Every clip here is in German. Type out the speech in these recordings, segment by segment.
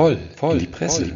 voll, die Presse.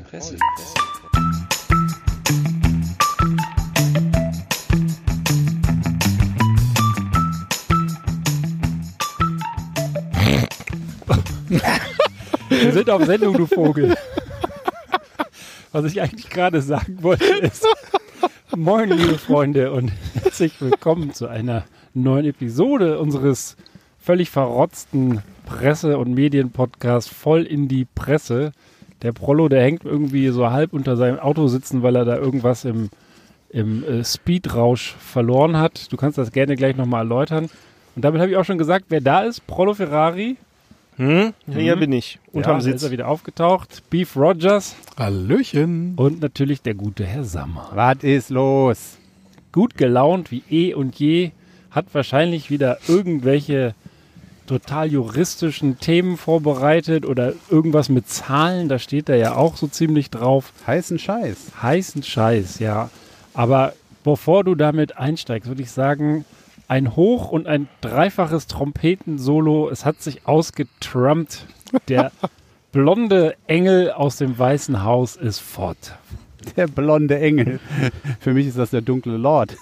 Wir sind auf Sendung, du Vogel. Was ich eigentlich gerade sagen wollte ist, moin liebe Freunde und herzlich willkommen zu einer neuen Episode unseres völlig verrotzten Presse- und Medienpodcasts voll in die Presse. Der Prollo, der hängt irgendwie so halb unter seinem Auto sitzen, weil er da irgendwas im Speedrausch verloren hat. Du kannst das gerne gleich nochmal erläutern. Und damit habe ich auch schon gesagt, wer da ist, Prollo Ferrari. Hier bin ich, unterm Sitz. Ist er wieder aufgetaucht. Beef Rogers. Hallöchen. Und natürlich der gute Herr Sammer. Was ist los? Gut gelaunt wie eh und je. Hat wahrscheinlich wieder irgendwelche total juristischen Themen vorbereitet oder irgendwas mit Zahlen. Da steht er ja auch so ziemlich drauf. Heißen Scheiß. Heißen Scheiß, ja. Aber bevor du damit einsteigst, würde ich sagen, ein Hoch- und ein dreifaches Trompetensolo. Es hat sich ausgetrumpt. Der blonde Engel aus dem Weißen Haus ist fort. Der blonde Engel. Für mich ist das der dunkle Lord.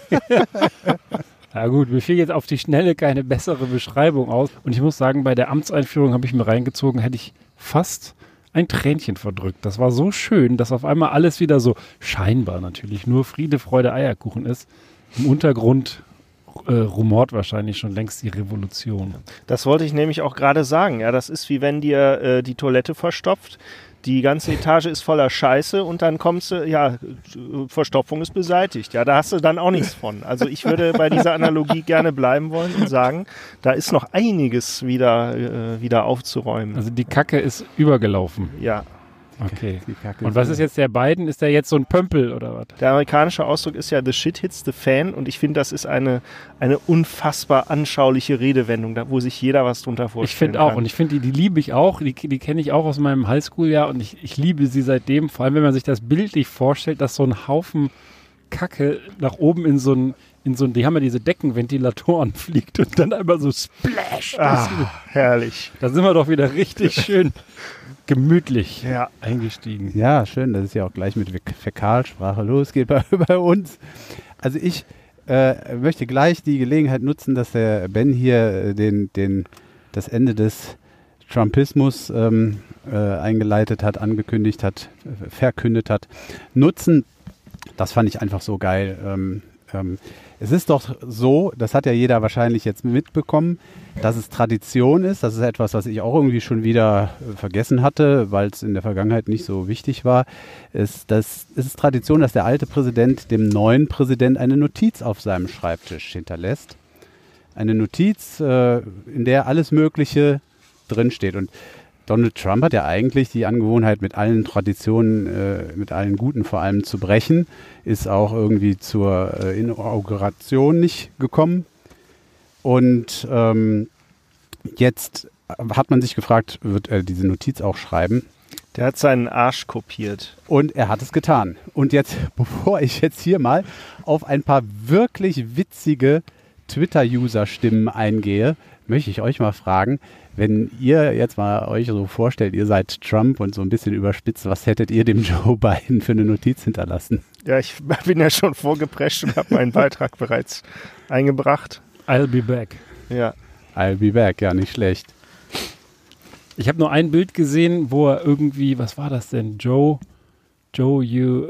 Ja gut, mir fiel jetzt auf die Schnelle keine bessere Beschreibung aus. Und ich muss sagen, bei der Amtseinführung habe ich mir reingezogen, hätte ich fast ein Tränchen verdrückt. Das war so schön, dass auf einmal alles wieder so scheinbar natürlich nur Friede, Freude, Eierkuchen ist. Im Untergrund rumort wahrscheinlich schon längst die Revolution. Das wollte ich nämlich auch gerade sagen. Ja, das ist wie wenn dir die Toilette verstopft. Die ganze Etage ist voller Scheiße und dann kommst du, ja, Verstopfung ist beseitigt. Ja, da hast du dann auch nichts von. Also ich würde bei dieser Analogie gerne bleiben wollen und sagen, da ist noch einiges wieder aufzuräumen. Also die Kacke ist übergelaufen. Ja. Okay. Und was ist jetzt der Biden? Ist der jetzt so ein Pömpel oder was? Der amerikanische Ausdruck ist ja the shit hits the fan und ich finde, das ist eine unfassbar anschauliche Redewendung, wo sich jeder was drunter vorstellen Ich finde auch kann. und ich finde, die liebe ich auch, die kenne ich auch aus meinem Highschool-Jahr und ich liebe sie seitdem, vor allem wenn man sich das bildlich vorstellt, dass so ein Haufen Kacke nach oben in so ein, die haben ja diese Deckenventilatoren fliegt und dann einmal so Splash. Herrlich. Da sind wir doch wieder richtig schön gemütlich eingestiegen. Ja, schön, dass es ja auch gleich mit Fäkalsprache losgeht bei uns. Also ich möchte gleich die Gelegenheit nutzen, dass der Ben hier das Ende des Trumpismus eingeleitet hat, angekündigt hat, verkündet hat, nutzen. Das fand ich einfach so geil. Es ist doch so, das hat ja jeder wahrscheinlich jetzt mitbekommen, dass es Tradition ist. Das ist etwas, was ich auch irgendwie schon wieder vergessen hatte, weil es in der Vergangenheit nicht so wichtig war. Es ist Tradition, dass der alte Präsident dem neuen Präsident eine Notiz auf seinem Schreibtisch hinterlässt. Eine Notiz, in der alles Mögliche drinsteht. Und Donald Trump hat ja eigentlich die Angewohnheit, mit allen Traditionen, mit allen Guten vor allem zu brechen, ist auch irgendwie zur Inauguration nicht gekommen. Und jetzt hat man sich gefragt, wird er diese Notiz auch schreiben? Der hat seinen Arsch kopiert. Und er hat es getan. Und jetzt, bevor ich jetzt hier mal auf ein paar wirklich witzige Twitter-User-Stimmen eingehe, möchte ich euch mal fragen, wenn ihr jetzt mal euch so vorstellt, ihr seid Trump und so ein bisschen überspitzt, was hättet ihr dem Joe Biden für eine Notiz hinterlassen? Ja, ich bin ja schon vorgeprescht und habe meinen Beitrag bereits eingebracht. I'll be back. Ja. I'll be back, ja, nicht schlecht. Ich habe nur ein Bild gesehen, wo er irgendwie, was war das denn? Joe, you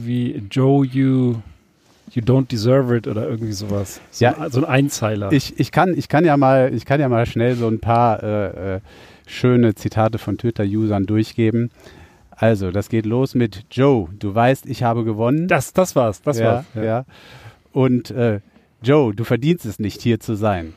don't deserve it oder irgendwie sowas. So ein Einzeiler. Ich kann ja mal schnell so ein paar schöne Zitate von Twitter-Usern durchgeben. Also, das geht los mit Joe, du weißt, ich habe gewonnen. Das war's. Ja. Und Joe, du verdienst es nicht, hier zu sein.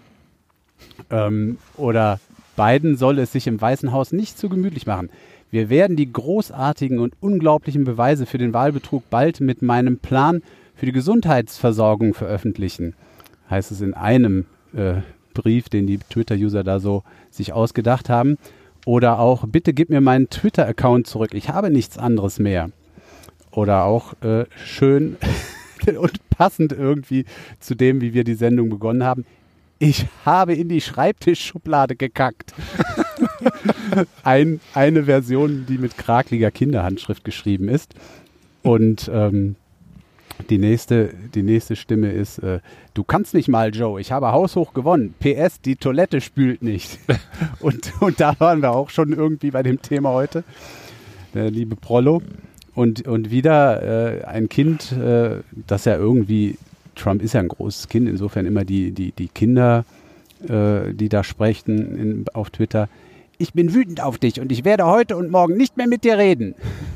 Oder Biden soll es sich im Weißen Haus nicht zu gemütlich machen. Wir werden die großartigen und unglaublichen Beweise für den Wahlbetrug bald mit meinem Plan für die Gesundheitsversorgung veröffentlichen, heißt es in einem Brief, den die Twitter-User da so sich ausgedacht haben. Oder auch, bitte gib mir meinen Twitter-Account zurück, ich habe nichts anderes mehr. Oder auch schön und passend irgendwie zu dem, wie wir die Sendung begonnen haben, ich habe in die Schreibtischschublade gekackt. eine Version, die mit krakeliger Kinderhandschrift geschrieben ist. Und die nächste Stimme ist, du kannst nicht mal, Joe, ich habe haushoch gewonnen. PS, die Toilette spült nicht. und da waren wir auch schon irgendwie bei dem Thema heute, der liebe Prollo. Und wieder ein Kind, das ja irgendwie, Trump ist ja ein großes Kind, insofern immer die Kinder, die da sprechen auf Twitter. Ich bin wütend auf dich und ich werde heute und morgen nicht mehr mit dir reden.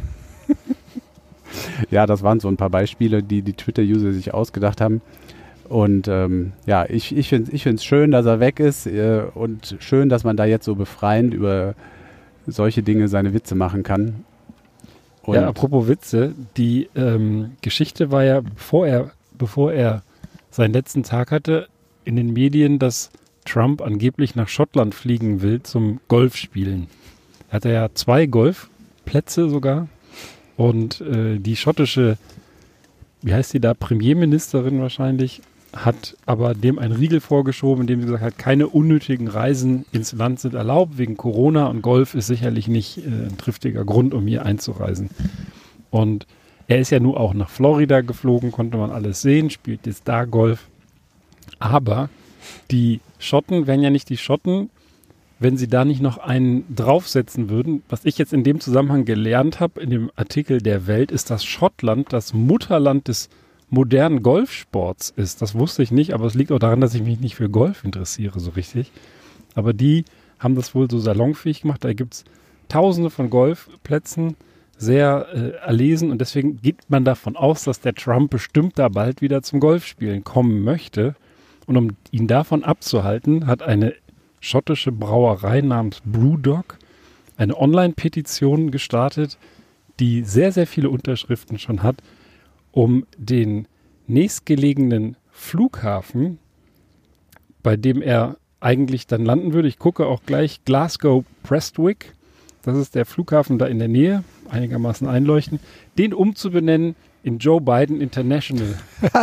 Ja, das waren so ein paar Beispiele, die Twitter-User sich ausgedacht haben. Und ich finde es schön, dass er weg ist und schön, dass man da jetzt so befreiend über solche Dinge seine Witze machen kann. Und ja, apropos Witze, die Geschichte war ja, bevor er seinen letzten Tag hatte, in den Medien, dass Trump angeblich nach Schottland fliegen will zum Golfspielen. Er hatte ja 2 Golfplätze sogar. Und die schottische, wie heißt sie da, Premierministerin wahrscheinlich, hat aber dem einen Riegel vorgeschoben, indem sie gesagt hat, keine unnötigen Reisen ins Land sind erlaubt wegen Corona und Golf ist sicherlich nicht ein triftiger Grund, um hier einzureisen. Und er ist ja nun auch nach Florida geflogen, konnte man alles sehen, spielt jetzt da Golf. Aber die Schotten wären ja nicht die Schotten, wenn sie da nicht noch einen draufsetzen würden. Was ich jetzt in dem Zusammenhang gelernt habe, in dem Artikel der Welt, ist, dass Schottland das Mutterland des modernen Golfsports ist. Das wusste ich nicht, aber es liegt auch daran, dass ich mich nicht für Golf interessiere so richtig. Aber die haben das wohl so salonfähig gemacht. Da gibt es Tausende von Golfplätzen, sehr erlesen. Und deswegen geht man davon aus, dass der Trump bestimmt da bald wieder zum Golfspielen kommen möchte. Und um ihn davon abzuhalten, hat eine schottische Brauerei namens Brewdog eine Online-Petition gestartet, die sehr, sehr viele Unterschriften schon hat, um den nächstgelegenen Flughafen, bei dem er eigentlich dann landen würde, ich gucke auch gleich, Glasgow Prestwick, das ist der Flughafen da in der Nähe, einigermaßen einleuchtend, den umzubenennen in Joe Biden International.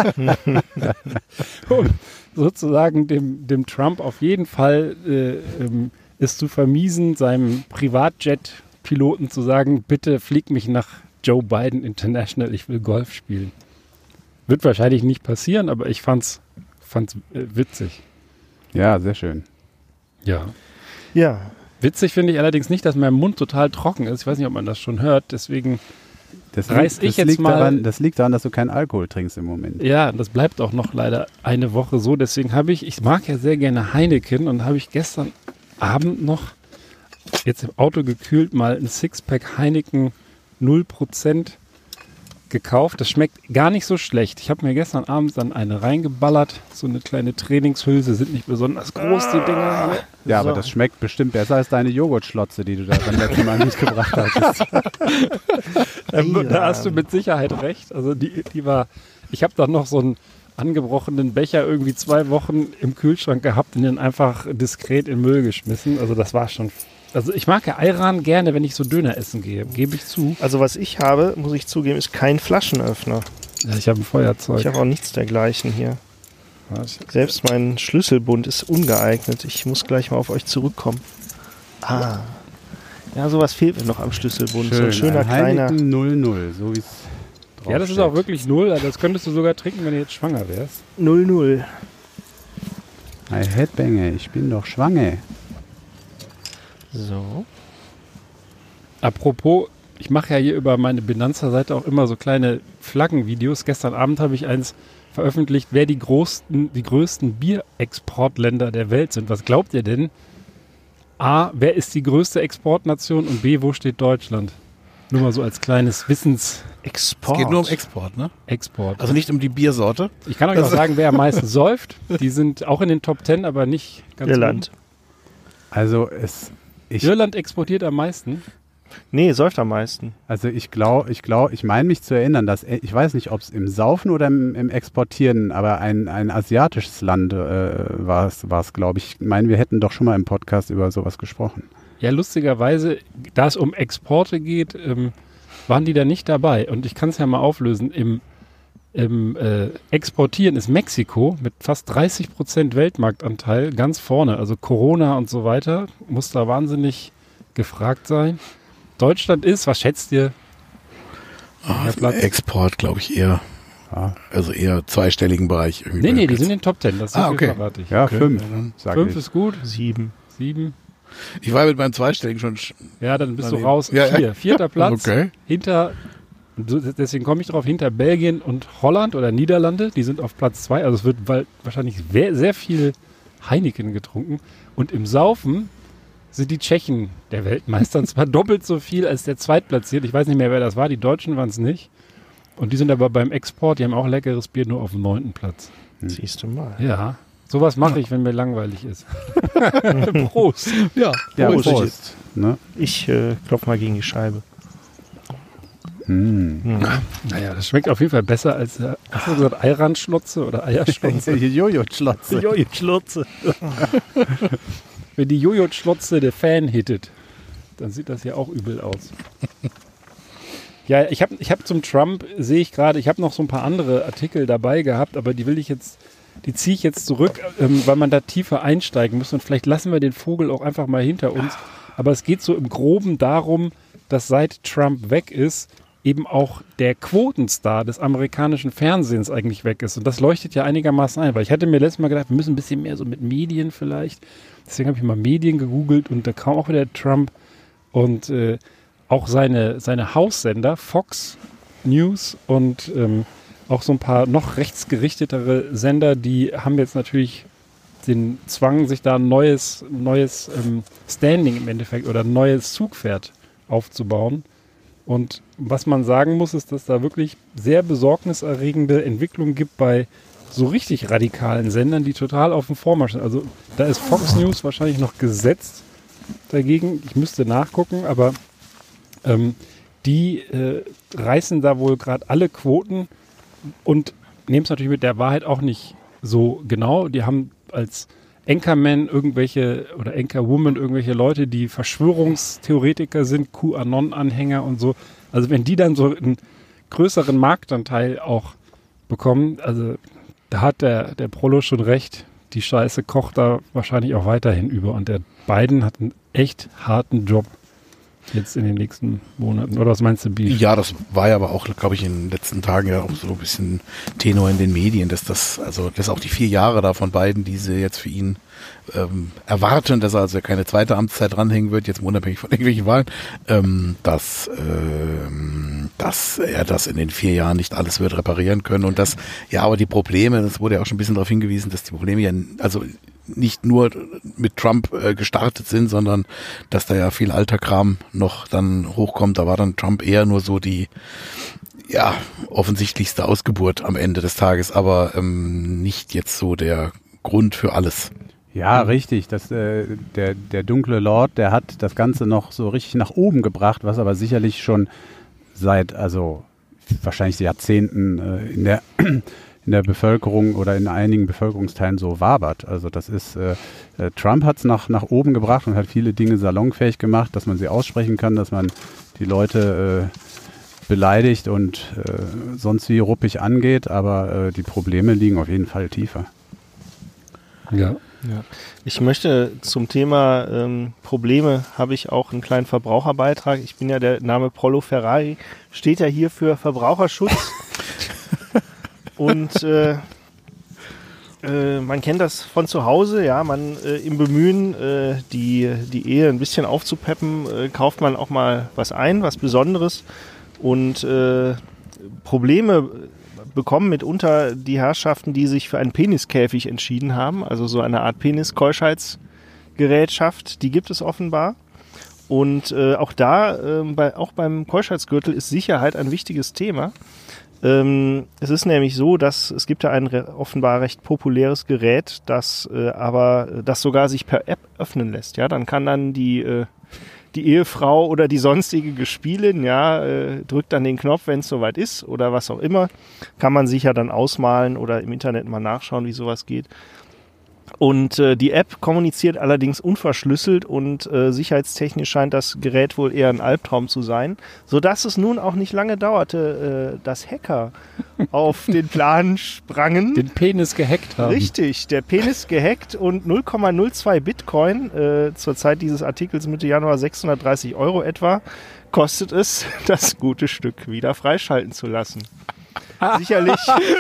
Um sozusagen dem Trump auf jeden Fall es zu vermiesen, seinem Privatjet-Piloten zu sagen, bitte flieg mich nach Joe Biden International, ich will Golf spielen. Wird wahrscheinlich nicht passieren, aber ich fand's witzig. ja, sehr schön. Ja. Ja, Witzig finde ich allerdings nicht, dass mein Mund total trocken ist. Ich weiß nicht, ob man das schon hört, deswegen das liegt daran, dass du keinen Alkohol trinkst im Moment. Ja, das bleibt auch noch leider eine Woche so. Deswegen ich mag ja sehr gerne Heineken und habe ich gestern Abend noch, jetzt im Auto gekühlt, mal ein Sixpack Heineken 0% gekauft. Das schmeckt gar nicht so schlecht. Ich habe mir gestern Abend dann eine reingeballert. So eine kleine Trainingshülse, sind nicht besonders groß, die Dinger. Ja, so. Aber das schmeckt bestimmt besser als deine Joghurtschlotze, die du da beim letzten Mal mitgebracht hast. Da hast du mit Sicherheit recht. Also die war, ich habe dann noch so einen angebrochenen Becher irgendwie 2 Wochen im Kühlschrank gehabt und den einfach diskret in Müll geschmissen. Also das war schon. Also ich mag ja Ayran gerne, wenn ich so Döner essen gehe, gebe ich zu. Also was ich habe, muss ich zugeben, ist kein Flaschenöffner. Ja, ich habe ein Feuerzeug. Ich habe auch nichts dergleichen hier. Selbst mein Schlüsselbund ist ungeeignet. Ich muss gleich mal auf euch zurückkommen. Ah. Ja, sowas fehlt mir noch am Schlüsselbund. Schön, so ein schöner kleiner. 00, so wie es drauf Ja, das steht. ist auch wirklich 0. Also das könntest du sogar trinken, wenn du jetzt schwanger wärst. 00. Hey, Headbanger, ich bin doch schwanger. So. Apropos, ich mache ja hier über meine Benanza-Seite auch immer so kleine Flaggenvideos. Gestern Abend habe ich eins veröffentlicht, wer die größten Bierexportländer der Welt sind. Was glaubt ihr denn? A, wer ist die größte Exportnation und B, wo steht Deutschland? Nur mal so als kleines Export. Es geht nur um Export, ne? Export. Also nicht um die Biersorte. Ich kann euch auch sagen, wer am meisten säuft. Die sind auch in den Top 10, aber nicht ganz Irland. Also Irland exportiert am meisten. Nee, säuft am meisten. Also ich meine mich zu erinnern, dass, ich weiß nicht, ob es im Saufen oder im Exportieren, aber ein asiatisches Land war es, glaube ich. Ich meine, wir hätten doch schon mal im Podcast über sowas gesprochen. Ja, lustigerweise, da es um Exporte geht, waren die da nicht dabei. Und ich kann es ja mal auflösen. Im Exportieren ist Mexiko mit fast 30% Weltmarktanteil ganz vorne. Also Corona und so weiter muss da wahnsinnig gefragt sein. Deutschland ist, was schätzt ihr? Export, glaube ich, eher. Ja. Also eher zweistelligen Bereich. Nee, die sind in den Top 10. Das ist okay. verrate ich. Ja, Okay. 5. Ja, 5 ist gut. 7. 7. Ich war mit meinem zweistelligen schon. Ja, dann bist du Daneben. raus. Ja, ja. 4. 4. Platz. Okay. Hinter, deswegen komme ich drauf, hinter Belgien und Holland oder Niederlande. Die sind auf Platz 2. Also es wird wahrscheinlich sehr viel Heineken getrunken. Und im Saufen sind die Tschechen der Weltmeister. Und zwar doppelt so viel als der Zweitplatzierte. Ich weiß nicht mehr, wer das war. Die Deutschen waren es nicht. Und die sind aber beim Export, die haben auch leckeres Bier, nur auf dem 9. Platz. Siehst du mal. Ja, sowas mache ich, wenn mir langweilig ist. Prost. Ja, Ja, Prost. Prost. Ne? Ich klopfe mal gegen die Scheibe. Naja, das schmeckt auf jeden Fall besser als, hast du gesagt, Eiranschlotze oder Eierschlotze? Jojo-Schlotze. Schlotze. Wenn die Jojo-Schlotze der Fan hittet, dann sieht das ja auch übel aus. Ja, ich hab zum Trump, sehe ich gerade, ich habe noch so ein paar andere Artikel dabei gehabt, aber die ziehe ich jetzt zurück, weil man da tiefer einsteigen muss und vielleicht lassen wir den Vogel auch einfach mal hinter uns. Aber es geht so im Groben darum, dass seit Trump weg ist, eben auch der Quotenstar des amerikanischen Fernsehens eigentlich weg ist. Und das leuchtet ja einigermaßen ein, weil ich hatte mir letztes Mal gedacht, wir müssen ein bisschen mehr so mit Medien vielleicht. Deswegen habe ich mal Medien gegoogelt und da kam auch wieder Trump und auch seine Haussender, Fox News und auch so ein paar noch rechtsgerichtetere Sender, die haben jetzt natürlich den Zwang, sich da ein neues Standing im Endeffekt oder ein neues Zugpferd aufzubauen. Und was man sagen muss, ist, dass da wirklich sehr besorgniserregende Entwicklungen gibt bei so richtig radikalen Sendern, die total auf dem Vormarsch sind. Also da ist Fox News wahrscheinlich noch gesetzt dagegen. Ich müsste nachgucken, aber die reißen da wohl gerade alle Quoten und nehmen es natürlich mit der Wahrheit auch nicht so genau. Die haben als Anchorman oder Anchorwoman irgendwelche Leute, die Verschwörungstheoretiker sind, QAnon-Anhänger und so. Also wenn die dann so einen größeren Marktanteil auch bekommen, also da hat der Prollo schon recht, die Scheiße kocht da wahrscheinlich auch weiterhin über und der Biden hat einen echt harten Job jetzt in den nächsten Monaten. Oder was meinst du, Beef? Ja, das war ja aber auch, glaube ich, in den letzten Tagen ja auch so ein bisschen Tenor in den Medien, dass auch die 4 Jahre da von beiden, die sie jetzt für ihn erwarten, dass er also keine zweite Amtszeit dranhängen wird, jetzt unabhängig von irgendwelchen Wahlen, dass er das in den 4 Jahren nicht alles wird reparieren können und dass, ja, aber die Probleme, das wurde ja auch schon ein bisschen darauf hingewiesen, dass die Probleme ja, also nicht nur mit Trump gestartet sind, sondern dass da ja viel alter Kram noch dann hochkommt. Da war dann Trump eher nur so die, ja, offensichtlichste Ausgeburt am Ende des Tages, aber nicht jetzt so der Grund für alles. Ja, richtig. Der dunkle Lord, der hat das Ganze noch so richtig nach oben gebracht, was aber sicherlich schon seit, also wahrscheinlich Jahrzehnten in der Bevölkerung oder in einigen Bevölkerungsteilen so wabert. Also das ist, Trump hat es nach oben gebracht und hat viele Dinge salonfähig gemacht, dass man sie aussprechen kann, dass man die Leute beleidigt und sonst wie ruppig angeht, aber die Probleme liegen auf jeden Fall tiefer. Ja. Ja. Ich möchte zum Thema Probleme, habe ich auch einen kleinen Verbraucherbeitrag. Ich bin ja, der Name Prollo Ferrari steht ja hier für Verbraucherschutz. Und man kennt das von zu Hause, ja, man im Bemühen, die Ehe ein bisschen aufzupeppen, kauft man auch mal was ein, was Besonderes. Und Probleme bekommen mitunter die Herrschaften, die sich für einen Peniskäfig entschieden haben, also so eine Art Peniskeuschheitsgerätschaft, die gibt es offenbar. Und auch da, auch beim Keuschheitsgürtel ist Sicherheit ein wichtiges Thema. Es ist nämlich so, dass es gibt ja ein offenbar recht populäres Gerät, das sogar sich per App öffnen lässt. Ja, dann kann dann die Ehefrau oder die sonstige Gespielin, ja, drückt dann den Knopf, wenn es soweit ist oder was auch immer. Kann man sich ja dann ausmalen oder im Internet mal nachschauen, wie sowas geht. Und die App kommuniziert allerdings unverschlüsselt und sicherheitstechnisch scheint das Gerät wohl eher ein Albtraum zu sein, sodass es nun auch nicht lange dauerte, dass Hacker auf den Plan sprangen. Den Penis gehackt haben. Richtig, der Penis gehackt und 0,02 Bitcoin, zur Zeit dieses Artikels Mitte Januar 630 € etwa, kostet es, das gute Stück wieder freischalten zu lassen. Sicherlich.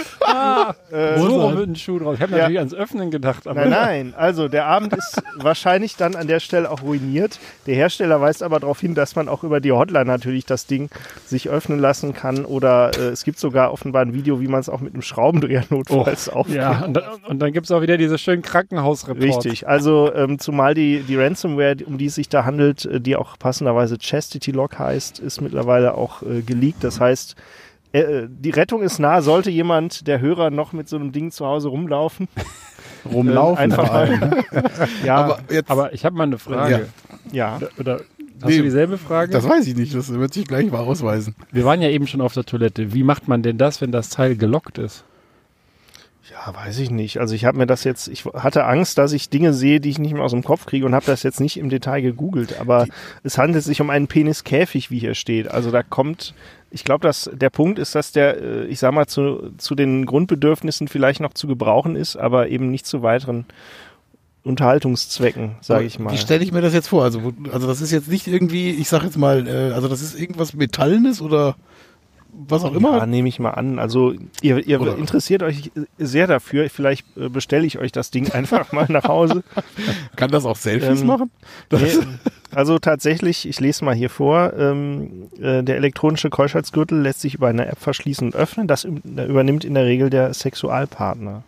So mit dem Schuh drauf. Ich habe natürlich ans Öffnen gedacht. Aber Nein. Also der Abend ist wahrscheinlich dann an der Stelle auch ruiniert. Der Hersteller weist aber darauf hin, dass man auch über die Hotline natürlich das Ding sich öffnen lassen kann. Oder es gibt sogar offenbar ein Video, wie man es auch mit einem Schraubendreher notfalls aufnimmt. Ja, und dann gibt es auch wieder diese schönen Krankenhausreports. Richtig. Also zumal die Ransomware, um die es sich da handelt, die auch passenderweise Chastity Lock heißt, ist mittlerweile auch geleakt. Das heißt, die Rettung ist nah, sollte jemand, der Hörer, noch mit so einem Ding zu Hause rumlaufen. Einfach mal. Ja, aber ich habe mal eine Frage. Ja. Oder hast du dieselbe Frage? Das weiß ich nicht, das wird sich gleich mal ausweisen. Wir waren ja eben schon auf der Toilette. Wie macht man denn das, wenn das Teil gelockt ist? Ja, weiß ich nicht. Also ich hatte Angst, dass ich Dinge sehe, die ich nicht mehr aus dem Kopf kriege und habe das jetzt nicht im Detail gegoogelt. Aber es handelt sich um einen Peniskäfig, wie hier steht. Also da kommt, ich glaube, dass der Punkt ist, dass der, ich sag mal, zu den Grundbedürfnissen vielleicht noch zu gebrauchen ist, aber eben nicht zu weiteren Unterhaltungszwecken, sage ich mal. Wie stelle ich mir das jetzt vor? Also das ist jetzt nicht irgendwie, ich sag jetzt mal, also das ist irgendwas Metallenes oder was auch immer? Ja, nehme ich mal an. Also ihr interessiert euch sehr dafür. Vielleicht bestelle ich euch das Ding einfach mal nach Hause. Kann das auch Selfies machen? Nee, also tatsächlich, ich lese mal hier vor, der elektronische Keuschheitsgürtel lässt sich über eine App verschließen und öffnen. Das übernimmt in der Regel der Sexualpartner.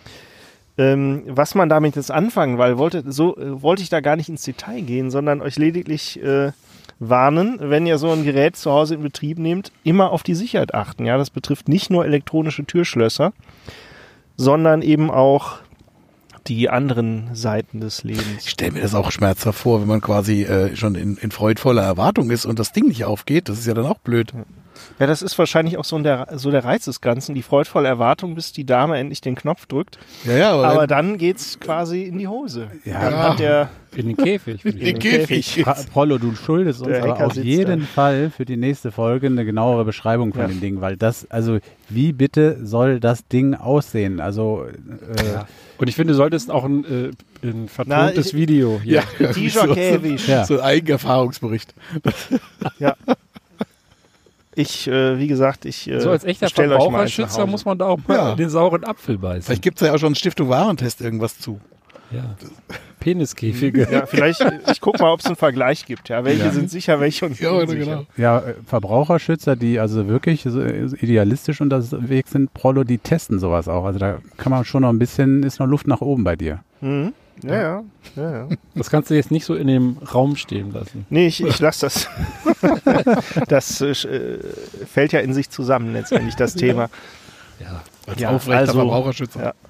Was man damit jetzt anfangen, weil wollte ich da gar nicht ins Detail gehen, sondern euch lediglich warnen, wenn ihr so ein Gerät zu Hause in Betrieb nehmt, immer auf die Sicherheit achten. Ja, das betrifft nicht nur elektronische Türschlösser, sondern eben auch die anderen Seiten des Lebens. Ich stelle mir das auch schmerzhaft vor, wenn man quasi schon in freudvoller Erwartung ist und das Ding nicht aufgeht. Das ist ja dann auch blöd. Ja, das ist wahrscheinlich auch so der Reiz des Ganzen, die freudvolle Erwartung, bis die Dame endlich den Knopf drückt. Ja, aber dann geht's quasi in die Hose. Ja, dann hat der in den Käfig. In den Käfig. Prollo, du schuldest uns Der aber Hacker auf sitzt jeden da. Fall für die nächste Folge eine genauere Beschreibung von dem Ding, weil das, also wie bitte soll das Ding aussehen? Also Und ich finde, du solltest auch ein vertontes Video hier. dieser Käfig. So ein Eigenerfahrungsbericht. Ja. Wie gesagt, so als echter bestell euch mal eins nach Verbraucherschützer Hause. muss man da auch mal den sauren Apfel beißen. Vielleicht gibt es ja auch schon Stiftung Warentest irgendwas zu. Ja. Peniskäfige. Ja, vielleicht, ich guck mal, ob es einen Vergleich gibt. Ja, welche sind sicher, welche und Ja, unsicher. genau. ja, Verbraucherschützer, die also wirklich so idealistisch unterwegs sind, Prollo, die testen sowas auch. Also da kann man schon noch ein bisschen, ist noch Luft nach oben bei dir. Mhm. Ja. Das kannst du jetzt nicht so in dem Raum stehen lassen. Nee, ich lasse das. Das fällt ja in sich zusammen letztendlich, das Thema. Ja. Als Ja, aufrechter also, Verbraucherschützer. ja.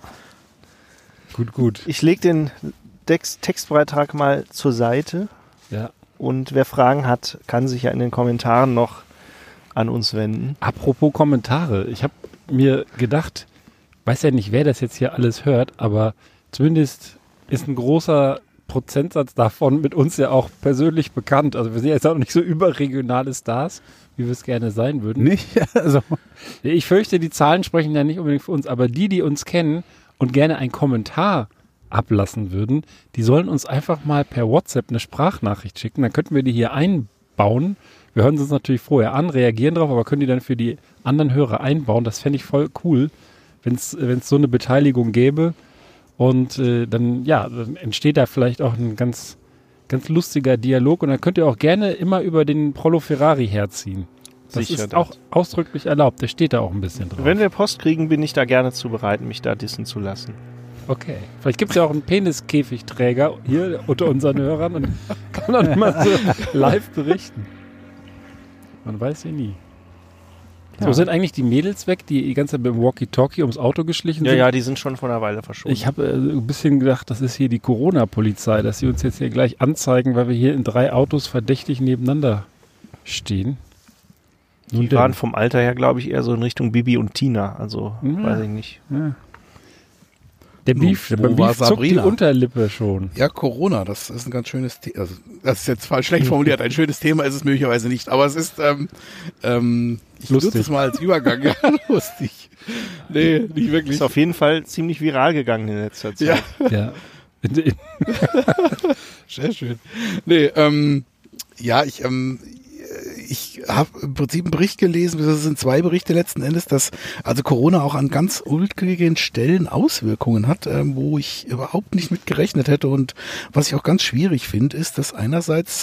Gut. Ich lege den Textbeitrag mal zur Seite Ja. und wer Fragen hat, kann sich ja in den Kommentaren noch an uns wenden. Apropos Kommentare. Ich habe mir gedacht, weiß ja nicht, wer das jetzt hier alles hört, aber zumindest ist ein großer Prozentsatz davon mit uns ja auch persönlich bekannt. Also wir sind jetzt auch nicht so überregionale Stars, wie wir es gerne sein würden. Nicht? Also Ich fürchte, die Zahlen sprechen ja nicht unbedingt für uns, aber die uns kennen und gerne einen Kommentar ablassen würden, die sollen uns einfach mal per WhatsApp eine Sprachnachricht schicken. Dann könnten wir die hier einbauen. Wir hören sie uns natürlich vorher an, reagieren drauf, aber können die dann für die anderen Hörer einbauen. Das fände ich voll cool, wenn es so eine Beteiligung gäbe. Und dann entsteht da vielleicht auch ein ganz, ganz lustiger Dialog. Und dann könnt ihr auch gerne immer über den Prollo Ferrari herziehen. Das Sicher ist auch ausdrücklich erlaubt. Der steht da auch ein bisschen drauf. Wenn wir Post kriegen, bin ich da gerne zu bereit, mich da dissen zu lassen. Okay. Vielleicht gibt es ja auch einen Peniskäfigträger hier unter unseren Hörern und kann dann mal so live berichten. Man weiß ja nie. So, sind eigentlich die Mädels weg, die ganze Zeit mit dem Walkie-Talkie ums Auto geschlichen sind? Ja, die sind schon vor einer Weile verschwunden. Ich habe ein bisschen gedacht, das ist hier die Corona-Polizei, dass sie uns jetzt hier gleich anzeigen, weil wir hier in 3 Autos verdächtig nebeneinander stehen. Die waren vom Alter her, glaube ich, eher so in Richtung Bibi und Tina. Also, weiß ich nicht. Ja. Der Beef, beim Beef zuckt die Unterlippe schon. Ja, Corona, das ist ein ganz schönes Thema. Also, das ist jetzt schlecht formuliert. Ein schönes Thema ist es möglicherweise nicht. Aber es ist, ich nutze es mal als Übergang. Ja, lustig. Nee, nicht wirklich. Ist auf jeden Fall ziemlich viral gegangen in letzter Zeit. Ja. Sehr schön. Nee, ja, ich habe im Prinzip einen Bericht gelesen, das sind 2 Berichte letzten Endes, dass also Corona auch an ganz ulkigen Stellen Auswirkungen hat, wo ich überhaupt nicht mit gerechnet hätte. Und was ich auch ganz schwierig finde, ist, dass einerseits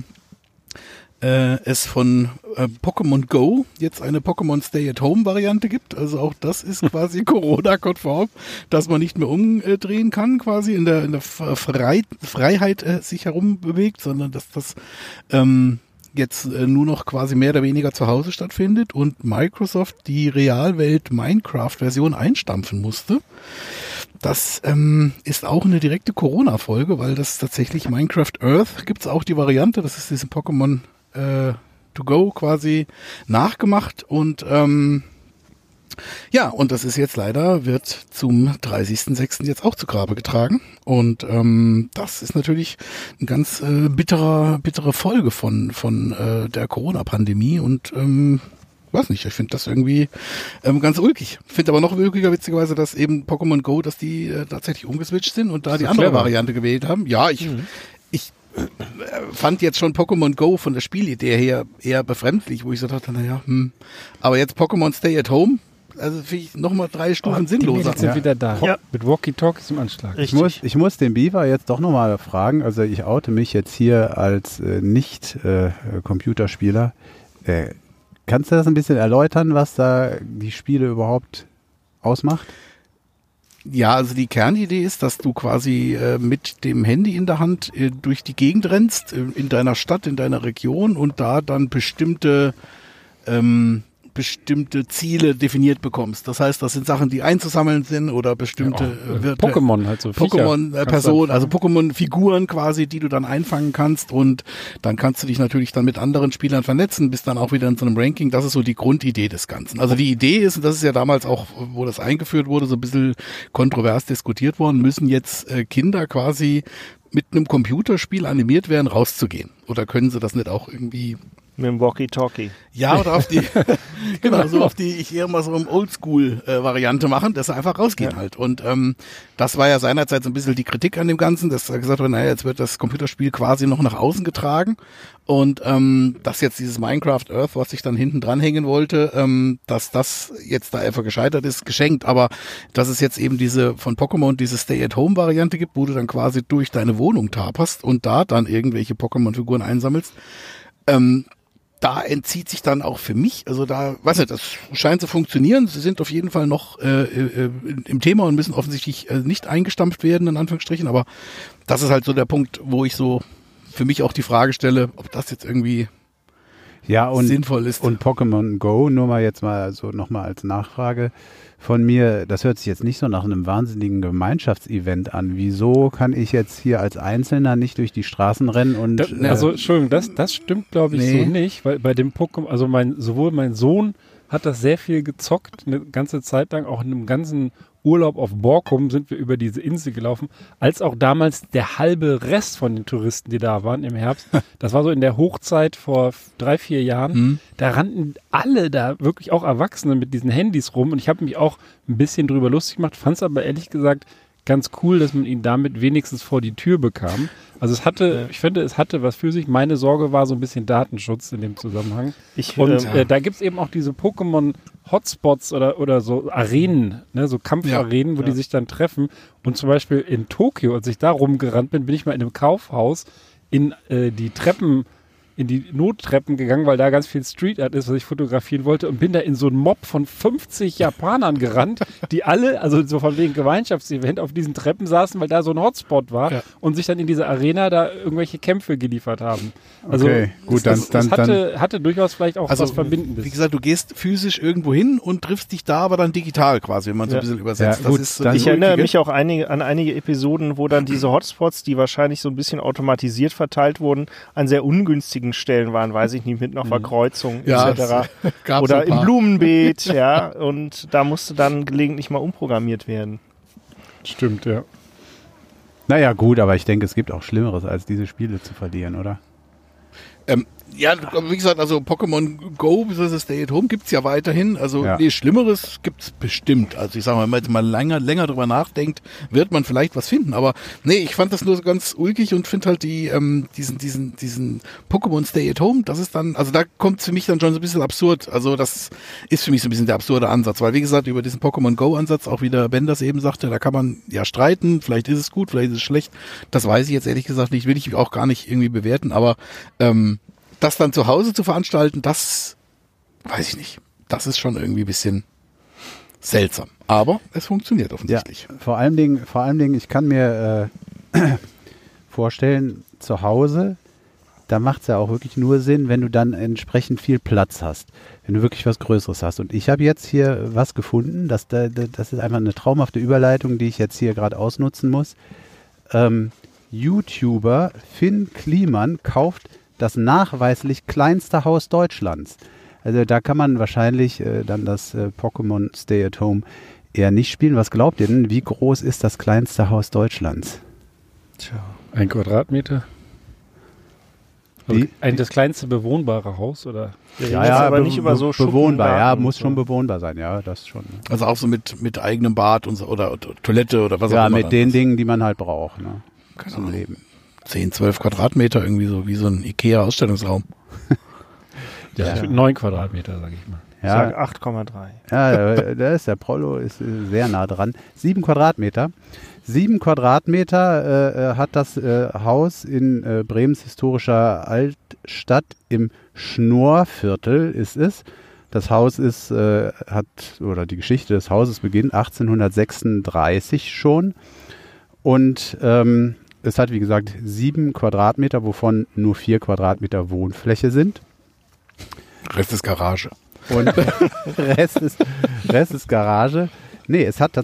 es von Pokémon Go jetzt eine Pokémon Stay-at-Home-Variante gibt. Also auch das ist quasi Corona-konform, dass man nicht mehr umdrehen kann, quasi in der Freiheit sich herumbewegt, sondern dass das jetzt nur noch quasi mehr oder weniger zu Hause stattfindet und Microsoft die Realwelt Minecraft-Version einstampfen musste. Das ist auch eine direkte Corona-Folge, weil das tatsächlich Minecraft Earth gibt's auch die Variante, das ist diese Pokémon To Go quasi nachgemacht und ja, und das ist jetzt leider, wird zum 30.06. jetzt auch zu Grabe getragen. Und das ist natürlich eine ganz bittere Folge von der Corona-Pandemie. Und weiß nicht, ich finde das irgendwie ganz ulkig. Finde aber noch ulkiger, witzigerweise, dass eben Pokémon Go, dass die tatsächlich umgeswitcht sind, und da die andere Variante gewählt haben. Ja, ich fand jetzt schon Pokémon Go von der Spielidee her eher befremdlich, wo ich so dachte, naja, aber jetzt Pokémon Stay at Home, also finde ich nochmal 3 Stufen sinnloser. Die sind wieder da. Ja. Mit Walkie-Talkies im Anschlag. Ich muss den Beaver jetzt doch nochmal fragen, also ich oute mich jetzt hier als Nicht-Computerspieler. Kannst du das ein bisschen erläutern, was da die Spiele überhaupt ausmacht? Ja, also die Kernidee ist, dass du quasi mit dem Handy in der Hand durch die Gegend rennst, in deiner Stadt, in deiner Region, und da dann bestimmte Ziele definiert bekommst. Das heißt, das sind Sachen, die einzusammeln sind oder bestimmte Pokémon halt so. Pokémon-Personen, also Pokémon-Figuren quasi, die du dann einfangen kannst, und dann kannst du dich natürlich dann mit anderen Spielern vernetzen, bist dann auch wieder in so einem Ranking. Das ist so die Grundidee des Ganzen. Also die Idee ist, und das ist ja damals auch, wo das eingeführt wurde, so ein bisschen kontrovers diskutiert worden, müssen jetzt Kinder quasi mit einem Computerspiel animiert werden, rauszugehen. Oder können sie das nicht auch irgendwie mit dem Walkie-Talkie. Ja, oder auf die, genau, so auf die, ich eher mal so im Oldschool-Variante machen, dass sie einfach rausgehen halt. Und das war ja seinerzeit so ein bisschen die Kritik an dem Ganzen, dass gesagt wurde, naja, jetzt wird das Computerspiel quasi noch nach außen getragen. Und dass jetzt dieses Minecraft Earth, was ich dann hinten dranhängen wollte, dass das jetzt da einfach gescheitert ist, geschenkt. Aber dass es jetzt eben diese von Pokémon diese Stay-at-Home-Variante gibt, wo du dann quasi durch deine Wohnung taperst und da dann irgendwelche Pokémon-Figuren einsammelst, da entzieht sich dann auch für mich, also da, weiß nicht, das scheint zu funktionieren. Sie sind auf jeden Fall noch im Thema und müssen offensichtlich nicht eingestampft werden, in Anführungsstrichen, aber das ist halt so der Punkt, wo ich so für mich auch die Frage stelle, ob das jetzt irgendwie sinnvoll ist. Und Pokémon Go, nur mal jetzt mal so nochmal als Nachfrage von mir, das hört sich jetzt nicht so nach einem wahnsinnigen Gemeinschaftsevent an. Wieso kann ich jetzt hier als Einzelner nicht durch die Straßen rennen und... Also, Entschuldigung, das stimmt, glaube ich, so nicht, weil bei dem Pokémon, also sowohl mein Sohn hat das sehr viel gezockt, eine ganze Zeit lang, auch in einem ganzen Urlaub auf Borkum sind wir über diese Insel gelaufen, als auch damals der halbe Rest von den Touristen, die da waren im Herbst. Das war so in der Hochzeit vor 3-4 Jahren. Da rannten alle da, wirklich auch Erwachsene, mit diesen Handys rum, und ich habe mich auch ein bisschen drüber lustig gemacht, fand es aber ehrlich gesagt ganz cool, dass man ihn damit wenigstens vor die Tür bekam. Also es hatte, ich finde, es hatte was für sich. Meine Sorge war so ein bisschen Datenschutz in dem Zusammenhang. Da gibt es eben auch diese Pokémon-Hotspots oder so Arenen, ne, so Kampfarenen, wo die sich dann treffen. Und zum Beispiel in Tokio, als ich da rumgerannt bin, bin ich mal in einem Kaufhaus in die Nottreppen gegangen, weil da ganz viel Street Art ist, was ich fotografieren wollte, und bin da in so einen Mob von 50 Japanern gerannt, die alle, also so von wegen Gemeinschaftsevent, auf diesen Treppen saßen, weil da so ein Hotspot war und sich dann in dieser Arena da irgendwelche Kämpfe geliefert haben. Also okay, gut, das hatte durchaus vielleicht auch was Verbindendes. Wie gesagt, du gehst physisch irgendwo hin und triffst dich da aber dann digital quasi, wenn man so ein bisschen übersetzt. Ja, gut, das ist ich erinnere mich auch an einige Episoden, wo dann diese Hotspots, die wahrscheinlich so ein bisschen automatisiert verteilt wurden, an sehr ungünstigen Stellen waren, weiß ich nicht, mit einer Verkreuzung etc. Oder im Blumenbeet, und da musste dann gelegentlich mal umprogrammiert werden. Stimmt, ja. Naja, gut, aber ich denke, es gibt auch Schlimmeres, als diese Spiele zu verlieren, oder? Ja, wie gesagt, also Pokémon Go bzw. Stay at Home gibt's ja weiterhin. Also nee, Schlimmeres gibt's bestimmt. Also ich sage mal, wenn man jetzt mal länger drüber nachdenkt, wird man vielleicht was finden. Aber nee, ich fand das nur so ganz ulkig und finde halt diesen Pokémon Stay at Home, das ist dann, also da kommt für mich dann schon so ein bisschen absurd. Also das ist für mich so ein bisschen der absurde Ansatz. Weil wie gesagt, über diesen Pokémon Go Ansatz, auch wie der Ben das eben sagte, da kann man ja streiten. Vielleicht ist es gut, vielleicht ist es schlecht. Das weiß ich jetzt ehrlich gesagt nicht, will ich auch gar nicht irgendwie bewerten. Aber das dann zu Hause zu veranstalten, das weiß ich nicht. Das ist schon irgendwie ein bisschen seltsam. Aber es funktioniert offensichtlich. Ja, vor allen Dingen, ich kann mir vorstellen, zu Hause, da macht es ja auch wirklich nur Sinn, wenn du dann entsprechend viel Platz hast. Wenn du wirklich was Größeres hast. Und ich habe jetzt hier was gefunden, das ist einfach eine traumhafte Überleitung, die ich jetzt hier gerade ausnutzen muss. YouTuber Finn Kliman kauft das nachweislich kleinste Haus Deutschlands. Also da kann man wahrscheinlich dann das Pokémon Stay at Home eher nicht spielen. Was glaubt ihr denn? Wie groß ist das kleinste Haus Deutschlands? Tja, 1 Quadratmeter? Also das kleinste bewohnbare Haus, oder? Ja, aber nicht über so bewohnbar. Ja, muss schon bewohnbar sein. Ja, das schon. Also auch so mit eigenem Bad und so, oder Toilette oder was auch immer. Ja, mit den Dingen, die man halt braucht, ne? Zum Leben. 10, 12 Quadratmeter, irgendwie so wie so ein Ikea-Ausstellungsraum. Ja, 9 Quadratmeter, sag ich mal. Ja. Ich sag 8,3. Ja, da ist der Prollo ist sehr nah dran. 7 Quadratmeter. 7 Quadratmeter hat das Haus in Bremens historischer Altstadt im Schnorrviertel ist es. Das Haus ist, die Geschichte des Hauses beginnt 1836 schon. Und es hat, wie gesagt, 7 Quadratmeter, wovon nur 4 Quadratmeter Wohnfläche sind. Rest ist Garage. Und Rest ist Garage. Nee, es hat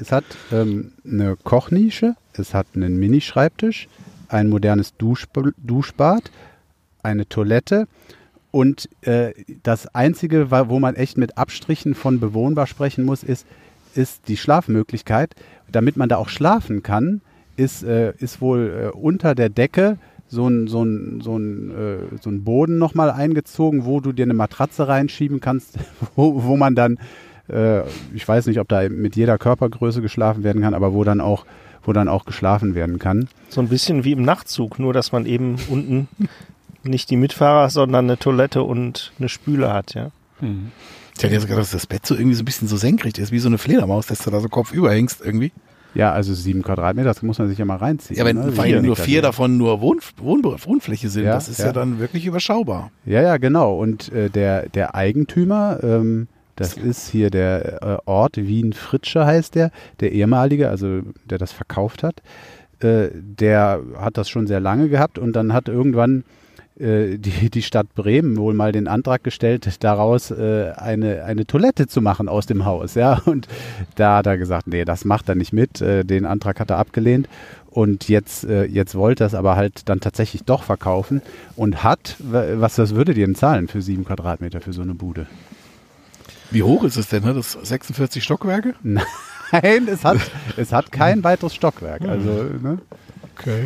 eine Kochnische, es hat einen Minischreibtisch, ein modernes Duschbad, eine Toilette und das Einzige, wo man echt mit Abstrichen von bewohnbar sprechen muss, ist die Schlafmöglichkeit. Damit man da auch schlafen kann, ist wohl unter der Decke so ein Boden nochmal eingezogen, wo du dir eine Matratze reinschieben kannst, wo man dann, ich weiß nicht, ob da mit jeder Körpergröße geschlafen werden kann, aber wo dann auch geschlafen werden kann. So ein bisschen wie im Nachtzug, nur dass man eben unten nicht die Mitfahrer, sondern eine Toilette und eine Spüle hat, ja. Mhm. Ich hätte jetzt gedacht, dass das Bett so irgendwie so ein bisschen so senkrecht ist, wie so eine Fledermaus, dass du da so kopfüber hängst irgendwie. Ja, also 7 Quadratmeter, das muss man sich ja mal reinziehen. Ja, wenn nur 4 davon nur Wohnfläche sind, das ist ja dann wirklich überschaubar. Ja, genau. Und der Eigentümer, das ist hier der Ort Wien-Fritsche heißt der ehemalige, also der das verkauft hat. Der hat das schon sehr lange gehabt und dann hat irgendwann die Stadt Bremen wohl mal den Antrag gestellt, daraus eine Toilette zu machen aus dem Haus. Ja? Und da hat er gesagt, nee, das macht er nicht mit. Den Antrag hat er abgelehnt. Und jetzt wollte er es aber halt dann tatsächlich doch verkaufen und hat, was würdet ihr denn zahlen für 7 Quadratmeter für so eine Bude? Wie hoch ist es denn? Hat das 46 Stockwerke? Nein, es hat kein weiteres Stockwerk. Also, ne? Okay.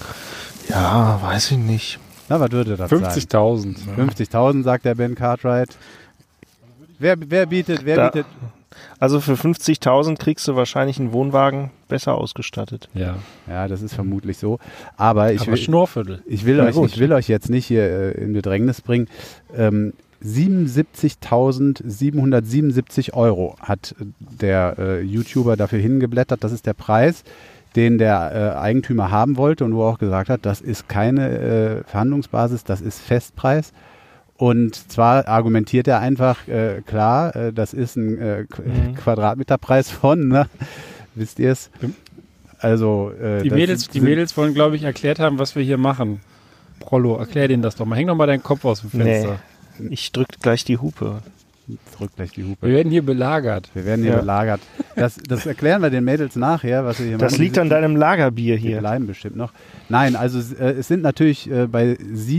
Ja, weiß ich nicht. Na, was würde das 50.000. 50.000, sagt der Ben Cartwright. Wer bietet? Also für 50.000 kriegst du wahrscheinlich einen Wohnwagen besser ausgestattet. Ja, das ist vermutlich so. Aber Schnorrviertel. Ich will euch jetzt nicht hier in Bedrängnis bringen. 77.777 € hat der YouTuber dafür hingeblättert. Das ist der Preis, den der Eigentümer haben wollte und wo er auch gesagt hat, das ist keine Verhandlungsbasis, das ist Festpreis. Und zwar argumentiert er einfach, klar, das ist ein Quadratmeterpreis von, ne? Wisst ihr es? Also die Mädels wollen, glaube ich, erklärt haben, was wir hier machen. Prollo, erklär denen das doch mal. Häng doch mal deinen Kopf aus dem Fenster. Nee, ich drück gleich die Hupe. Wir werden hier belagert. Das erklären wir den Mädels nachher, was wir hier machen. Das liegt an deinem Lagerbier hier. Die bleiben bestimmt noch. Nein, also es sind natürlich bei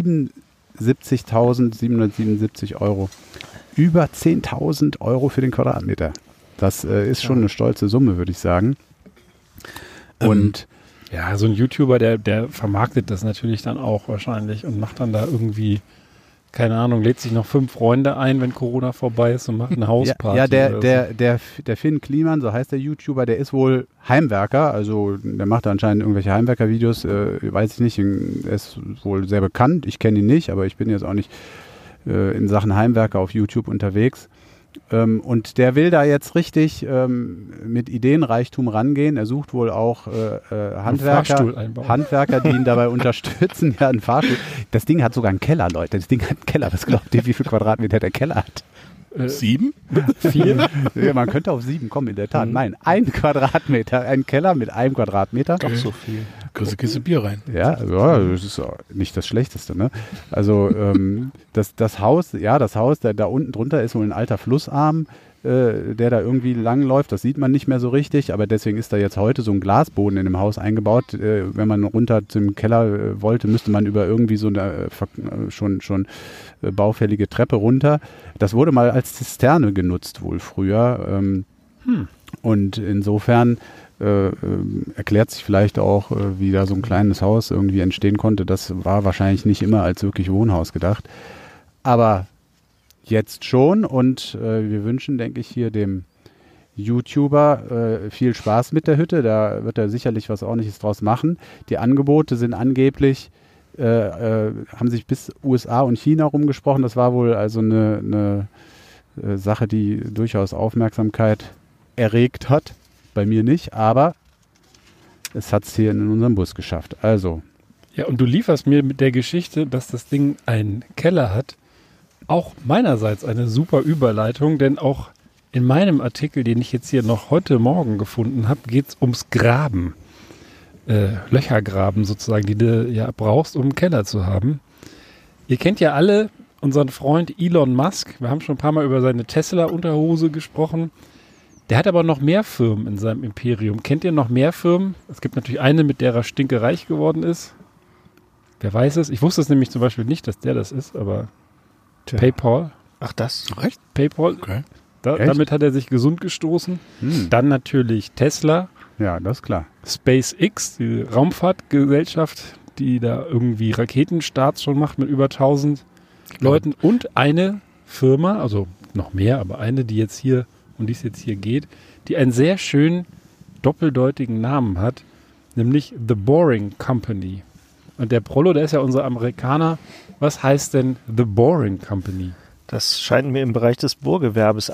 77.777 € über 10.000 € für den Quadratmeter. Das ist schon eine stolze Summe, würde ich sagen. Und ja, so ein YouTuber, der vermarktet das natürlich dann auch wahrscheinlich und macht dann da irgendwie, keine Ahnung, lädt sich noch 5 Freunde ein, wenn Corona vorbei ist und macht eine Hausparty. Ja, der Finn Kliman, so heißt der YouTuber, der ist wohl Heimwerker, also der macht da anscheinend irgendwelche Heimwerker-Videos, weiß ich nicht, er ist wohl sehr bekannt, ich kenne ihn nicht, aber ich bin jetzt auch nicht in Sachen Heimwerker auf YouTube unterwegs. Und der will da jetzt richtig mit Ideenreichtum rangehen. Er sucht wohl auch Handwerker, die ihn dabei unterstützen. Ja, einen Fahrstuhl. Das Ding hat sogar einen Keller, Leute. Das Ding hat einen Keller. Was glaubt ihr, wie viel Quadratmeter der Keller hat? 7? 4? Ja, man könnte auf 7 kommen, in der Tat. Nein, 1 Quadratmeter. Ein Keller mit 1 Quadratmeter. Doch so viel. Kriegst du Kiste Bier rein. Ja, das ist nicht das Schlechteste, ne? Also das Haus, da unten drunter ist wohl ein alter Flussarm, der da irgendwie langläuft. Das sieht man nicht mehr so richtig, aber deswegen ist da jetzt heute so ein Glasboden in dem Haus eingebaut. Wenn man runter zum Keller wollte, müsste man über irgendwie so eine schon baufällige Treppe runter. Das wurde mal als Zisterne genutzt wohl früher. Und insofern erklärt sich vielleicht auch, wie da so ein kleines Haus irgendwie entstehen konnte. Das war wahrscheinlich nicht immer als wirklich Wohnhaus gedacht. Aber jetzt schon und wir wünschen, denke ich, hier dem YouTuber viel Spaß mit der Hütte. Da wird er sicherlich was Ordentliches draus machen. Die Angebote sind angeblich, haben sich bis USA und China rumgesprochen. Das war wohl also eine Sache, die durchaus Aufmerksamkeit erregt hat. Bei mir nicht, aber es hat es hier in unserem Bus geschafft. Also. Ja, und du lieferst mir mit der Geschichte, dass das Ding einen Keller hat, auch meinerseits eine super Überleitung, denn auch in meinem Artikel, den ich jetzt hier noch heute Morgen gefunden habe, geht es ums Graben. Löchergraben sozusagen, die du ja brauchst, um einen Keller zu haben. Ihr kennt ja alle unseren Freund Elon Musk. Wir haben schon ein paar Mal über seine Tesla-Unterhose gesprochen. Der hat aber noch mehr Firmen in seinem Imperium. Kennt ihr noch mehr Firmen? Es gibt natürlich eine, mit der er stinkereich geworden ist. Wer weiß es? Ich wusste es nämlich zum Beispiel nicht, dass der das ist, aber PayPal. Ach, das? Recht? PayPal. Okay. Damit hat er sich gesund gestoßen. Dann natürlich Tesla. Ja, das ist klar. SpaceX, die Raumfahrtgesellschaft, die da irgendwie Raketenstarts schon macht mit über 1000 Leuten. Und eine Firma, also noch mehr, aber eine, die jetzt hier, um die es jetzt hier geht, die einen sehr schönen doppeldeutigen Namen hat, nämlich The Boring Company. Und der Prollo, der ist ja unser Amerikaner. Was heißt denn The Boring Company? Das scheint mir im Bereich des Bohrgewerbes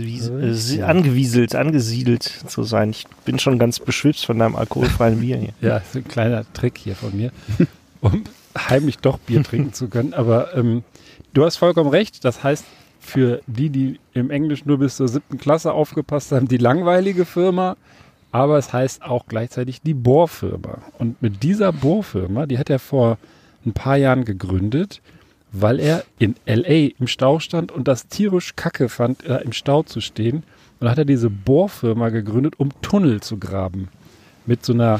angesiedelt zu sein. Ich bin schon ganz beschwipst von deinem alkoholfreien Bier hier. Ja, das ist ein kleiner Trick hier von mir, um heimlich doch Bier trinken zu können. Aber du hast vollkommen recht. Das heißt, für die im Englisch nur bis zur 7. Klasse aufgepasst haben, die langweilige Firma. Aber es heißt auch gleichzeitig die Bohrfirma. Und mit dieser Bohrfirma, die hat er vor ein paar Jahren gegründet, weil er in L.A. im Stau stand und das tierisch kacke fand, im Stau zu stehen. Und dann hat er diese Bohrfirma gegründet, um Tunnel zu graben. Mit so einer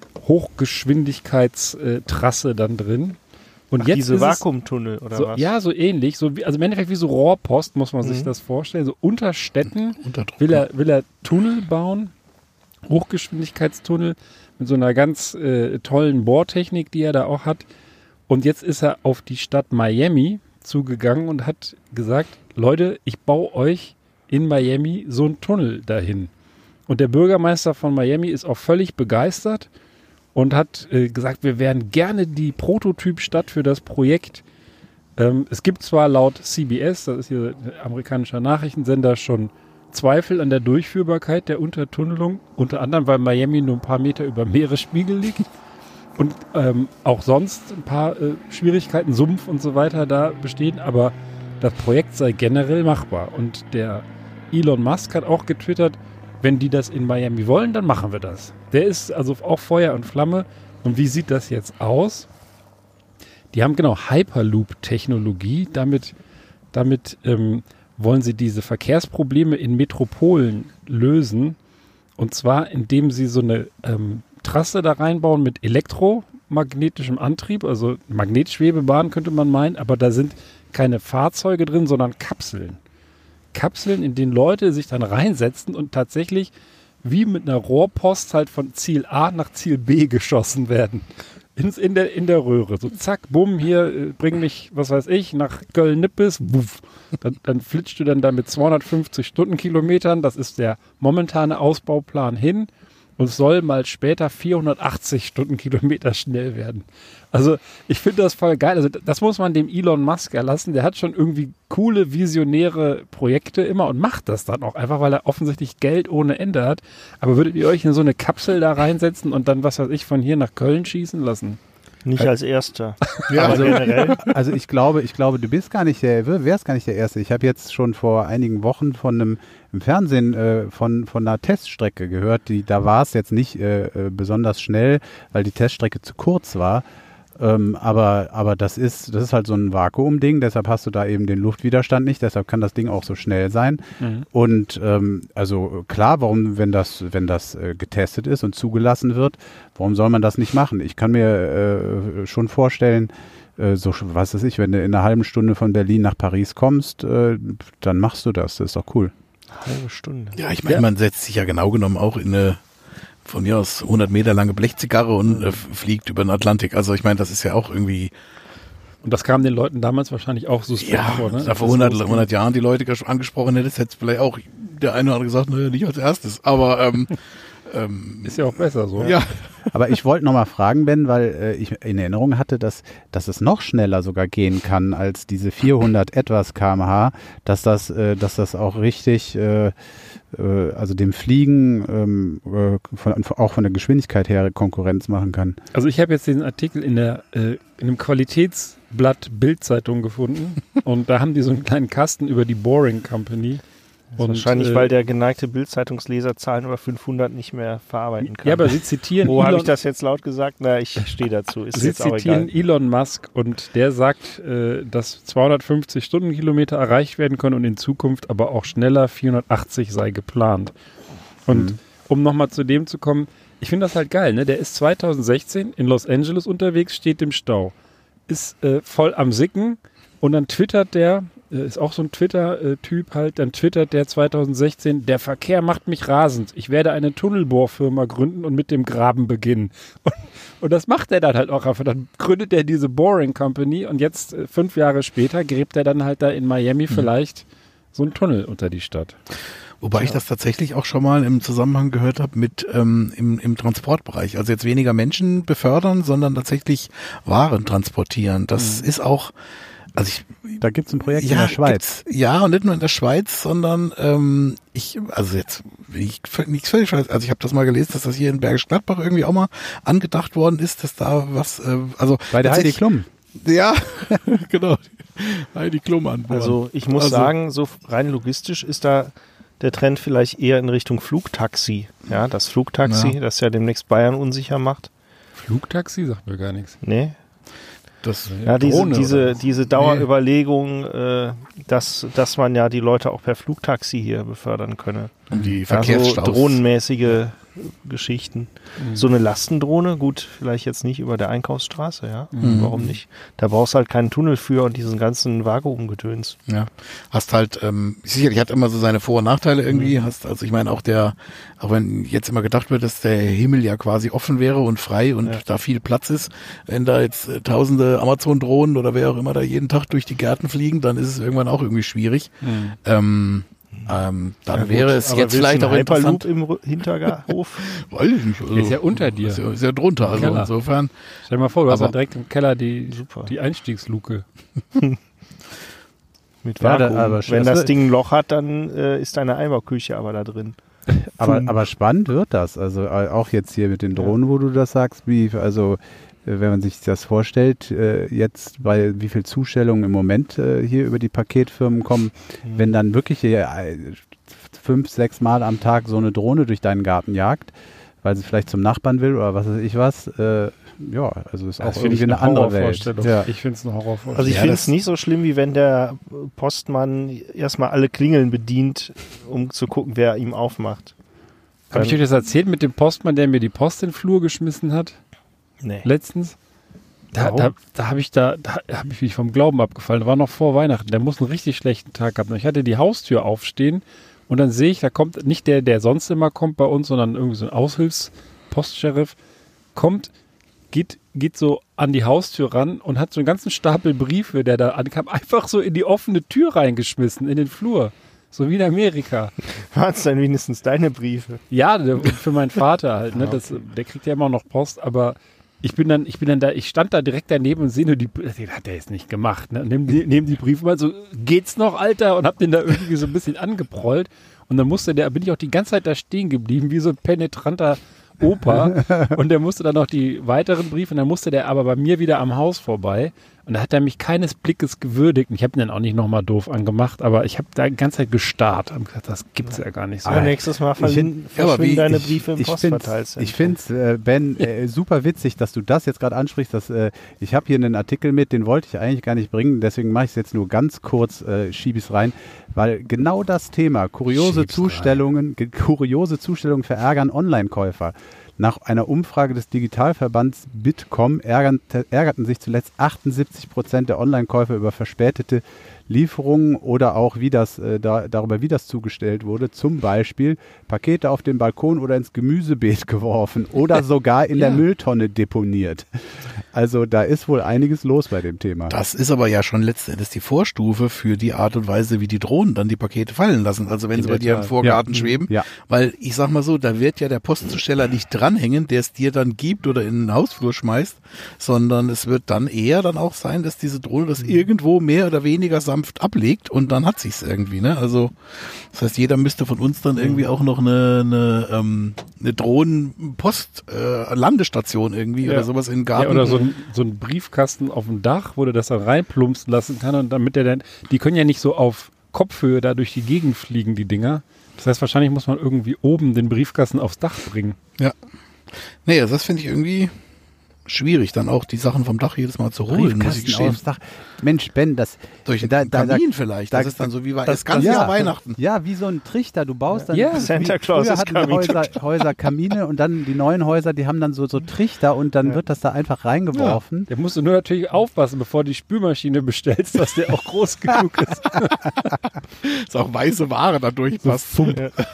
Hochgeschwindigkeitstrasse dann drin. Und jetzt diese Vakuumtunnel oder so, was? Ja, so ähnlich. So wie, also im Endeffekt wie so Rohrpost, muss man sich das vorstellen. So unter Städten will er Tunnel bauen, Hochgeschwindigkeitstunnel mit so einer ganz tollen Bohrtechnik, die er da auch hat. Und jetzt ist er auf die Stadt Miami zugegangen und hat gesagt, Leute, ich baue euch in Miami so einen Tunnel dahin. Und der Bürgermeister von Miami ist auch völlig begeistert und hat gesagt, wir wären gerne die Prototypstadt für das Projekt. Es gibt zwar laut CBS, das ist hier ein amerikanischer Nachrichtensender, schon Zweifel an der Durchführbarkeit der Untertunnelung, unter anderem, weil Miami nur ein paar Meter über Meeresspiegel liegt. Und auch sonst ein paar Schwierigkeiten, Sumpf und so weiter da bestehen, aber das Projekt sei generell machbar. Und der Elon Musk hat auch getwittert, wenn die das in Miami wollen, dann machen wir das. Der ist also auch Feuer und Flamme. Und wie sieht das jetzt aus? Die haben genau Hyperloop-Technologie. Damit wollen sie diese Verkehrsprobleme in Metropolen lösen. Und zwar, indem sie so eine Trasse da reinbauen mit elektromagnetischem Antrieb, also Magnetschwebebahn könnte man meinen, aber da sind keine Fahrzeuge drin, sondern Kapseln. Kapseln, in denen Leute sich dann reinsetzen und tatsächlich wie mit einer Rohrpost halt von Ziel A nach Ziel B geschossen werden. In der Röhre. So zack, bumm, hier, bring mich, was weiß ich, nach Köln-Nippes. Wuff. Dann flitschst du dann da mit 250 Stundenkilometern. Das ist der momentane Ausbauplan hin. Und es soll mal später 480 Stundenkilometer schnell werden. Also ich finde das voll geil. Also das muss man dem Elon Musk erlassen. Der hat schon irgendwie coole, visionäre Projekte immer und macht das dann auch einfach, weil er offensichtlich Geld ohne Ende hat. Aber würdet ihr euch in so eine Kapsel da reinsetzen und dann, was weiß ich, von hier nach Köln schießen lassen? Nicht als Erster. Ja, aber also, generell. Also ich glaube, du bist gar nicht wärst gar nicht der Erste. Ich habe jetzt schon vor einigen Wochen im Fernsehen von einer Teststrecke gehört, da war es jetzt nicht besonders schnell, weil die Teststrecke zu kurz war. Aber das ist halt so ein Vakuumding, deshalb hast du da eben den Luftwiderstand nicht, deshalb kann das Ding auch so schnell sein. Mhm. Und also klar, wenn das getestet ist und zugelassen wird, warum soll man das nicht machen? Ich kann mir schon vorstellen, was weiß ich, wenn du in einer halben Stunde von Berlin nach Paris kommst, dann machst du das ist doch cool. Halbe Stunde. Ja, ich meine, man setzt sich ja genau genommen auch in eine von mir aus 100 Meter lange Blechzigarre und fliegt über den Atlantik. Also ich meine, das ist ja auch irgendwie... Und das kam den Leuten damals wahrscheinlich auch suspekt vor, ne? Da vor 100 Jahren die Leute angesprochen hättest, hätte es vielleicht auch der eine oder andere gesagt, naja, nicht als erstes. Aber ist ja auch besser so. Ja. Aber ich wollte nochmal fragen, Ben, weil ich in Erinnerung hatte, dass es noch schneller sogar gehen kann als diese 400 etwas km/h, dass das auch richtig, also dem Fliegen auch von der Geschwindigkeit her Konkurrenz machen kann. Also ich habe jetzt diesen Artikel in einem Qualitätsblatt Bild-Zeitung gefunden und da haben die so einen kleinen Kasten über die Boring Company. Und, wahrscheinlich, weil der geneigte Bild-Zeitungsleser Zahlen über 500 nicht mehr verarbeiten kann. Ja, aber sie zitieren Wo habe ich das jetzt laut gesagt? Na, ich stehe dazu. Ist sie jetzt auch zitieren egal. Elon Musk und der sagt, dass 250 Stundenkilometer erreicht werden können und in Zukunft aber auch schneller 480 sei geplant. Und um nochmal zu dem zu kommen, ich finde das halt geil, ne? Der ist 2016 in Los Angeles unterwegs, steht im Stau, ist voll am Sicken und dann twittert der, ist auch so ein Twitter-Typ halt, dann twittert der 2016, der Verkehr macht mich rasend. Ich werde eine Tunnelbohrfirma gründen und mit dem Graben beginnen. Und das macht er dann halt auch einfach. Dann gründet er diese Boring Company und jetzt 5 Jahre später gräbt er dann halt da in Miami vielleicht so einen Tunnel unter die Stadt. Wobei ich das tatsächlich auch schon mal im Zusammenhang gehört habe mit im Transportbereich. Also jetzt weniger Menschen befördern, sondern tatsächlich Waren transportieren. Das ist auch... Also da gibt es ein Projekt in der Schweiz. Ja, und nicht nur in der Schweiz, sondern nichts völlig Schweiz. Also ich habe das mal gelesen, dass das hier in Bergisch Gladbach irgendwie auch mal angedacht worden ist, dass da was, bei der Heidi Klum. Ja, genau. Heidi Klum an. Also ich muss sagen, so rein logistisch ist da der Trend vielleicht eher in Richtung Flugtaxi. Ja, das Flugtaxi, das ja demnächst Bayern unsicher macht. Flugtaxi sagt mir gar nichts. Nee. Drohne diese Dauerüberlegung, dass man ja die Leute auch per Flugtaxi hier befördern könne. Um die Verkehrsstaus. So drohnenmäßige Geschichten. So eine Lastendrohne, gut, vielleicht jetzt nicht über der Einkaufsstraße, ja. Warum nicht? Da brauchst du halt keinen Tunnel für und diesen ganzen Vakuumgedöns. Ja. Hast halt, sicherlich hat immer so seine Vor- und Nachteile irgendwie. Also ich meine auch wenn jetzt immer gedacht wird, dass der Himmel ja quasi offen wäre und frei und da viel Platz ist, wenn da jetzt tausende Amazon-Drohnen oder wer auch immer da jeden Tag durch die Gärten fliegen, dann ist es irgendwann auch irgendwie schwierig. Dann wäre es jetzt vielleicht auch interessant. Hyperloop im Hinterhof? Weiß ich nicht. Also, ist ja unter dir. Ist ja drunter. Also Keller. insofern. Stell dir mal vor, du hast ja direkt im Keller die Einstiegsluke. Mit Vakuum. Aber wenn das Ding ein Loch hat, dann ist deine Einbauküche aber da drin. Aber spannend wird das. Also auch jetzt hier mit den Drohnen, wo du das sagst, wenn man sich das vorstellt, jetzt bei wie viel Zustellungen im Moment hier über die Paketfirmen kommen, wenn dann wirklich 5-6 Mal am Tag so eine Drohne durch deinen Garten jagt, weil sie vielleicht zum Nachbarn will oder was weiß ich was, also ist auch irgendwie eine andere Welt. Ja. Ich finde es eine Horrorvorstellung. Also ich finde es nicht so schlimm, wie wenn der Postmann erstmal alle Klingeln bedient, um zu gucken, wer ihm aufmacht. Habe ich euch das erzählt mit dem Postmann, der mir die Post in den Flur geschmissen hat? Nee. Letztens? Da habe ich mich vom Glauben abgefallen. War noch vor Weihnachten. Der muss einen richtig schlechten Tag haben. Ich hatte die Haustür aufstehen Und dann sehe ich, da kommt nicht der sonst immer kommt bei uns, sondern irgendwie so ein Aushilfs-Postsheriff, geht so an die Haustür ran und hat so einen ganzen Stapel Briefe, der da ankam, einfach so in die offene Tür reingeschmissen, in den Flur. So wie in Amerika. Waren es dann wenigstens deine Briefe? Ja, für meinen Vater halt, ne? Der kriegt ja immer noch Post, aber ich stand da direkt daneben und sehe nur den hat der jetzt nicht gemacht, ne? Nehm die Briefe mal so, geht's noch, Alter? Und hab den da irgendwie so ein bisschen angeprollt. Und dann bin ich auch die ganze Zeit da stehen geblieben, wie so ein penetranter Opa. Und der musste dann noch die weiteren Briefe, und dann musste der aber bei mir wieder am Haus vorbei. Und da hat er mich keines Blickes gewürdigt. Und ich habe ihn dann auch nicht nochmal doof angemacht, aber ich habe da die ganze Zeit gestarrt und gesagt, das gibt's ja gar nicht so. Aber nächstes Mal verschwinden deine Briefe im Postverteilzentrum. Ich finde es, Ben, super witzig, dass du das jetzt gerade ansprichst. Ich habe hier einen Artikel mit, den wollte ich eigentlich gar nicht bringen, deswegen mache ich es jetzt nur ganz kurz, schiebe ich es rein, weil genau das Thema, kuriose Zustellungen verärgern Online-Käufer. Nach einer Umfrage des Digitalverbands Bitkom ärgerten sich zuletzt 78% der Online-Käufer über verspätete Lieferungen oder auch darüber, wie das zugestellt wurde. Zum Beispiel Pakete auf den Balkon oder ins Gemüsebeet geworfen oder sogar in der Mülltonne deponiert. Also da ist wohl einiges los bei dem Thema. Das ist aber ja schon letzten Endes die Vorstufe für die Art und Weise, wie die Drohnen dann die Pakete fallen lassen. Also wenn sie bei dir im Vorgarten schweben. Ja. Weil ich sag mal so, da wird ja der Postzusteller nicht dranhängen, der es dir dann gibt oder in den Hausflur schmeißt, sondern es wird dann eher dann auch sein, dass diese Drohne das irgendwo mehr oder weniger sanft ablegt und dann hat sich's irgendwie, ne? Also das heißt, jeder müsste von uns dann irgendwie auch noch eine Drohnen-Post-Landestation irgendwie oder sowas in den Garten. Ja, oder so ein Briefkasten auf dem Dach, wo du das dann reinplumpsen lassen kann und damit die können ja nicht so auf Kopfhöhe da durch die Gegend fliegen, die Dinger. Das heißt, wahrscheinlich muss man irgendwie oben den Briefkasten aufs Dach bringen. Ja. Nee, also das finde ich irgendwie schwierig, dann auch die Sachen vom Dach jedes Mal zu holen, muss ich gestehen. Aufs Dach. Mensch, Ben, durch den Kamin vielleicht, das ist dann so wie das ganze Jahr Weihnachten. Ja, wie so ein Trichter, du baust dann, Santa Claus ist Kamin. Häuser Kamine und dann die neuen Häuser, die haben dann so Trichter und dann wird das da einfach reingeworfen. Da musst du nur natürlich aufpassen, bevor du die Spülmaschine bestellst, dass der auch groß genug ist. Dass auch weiße Ware da durchpasst. So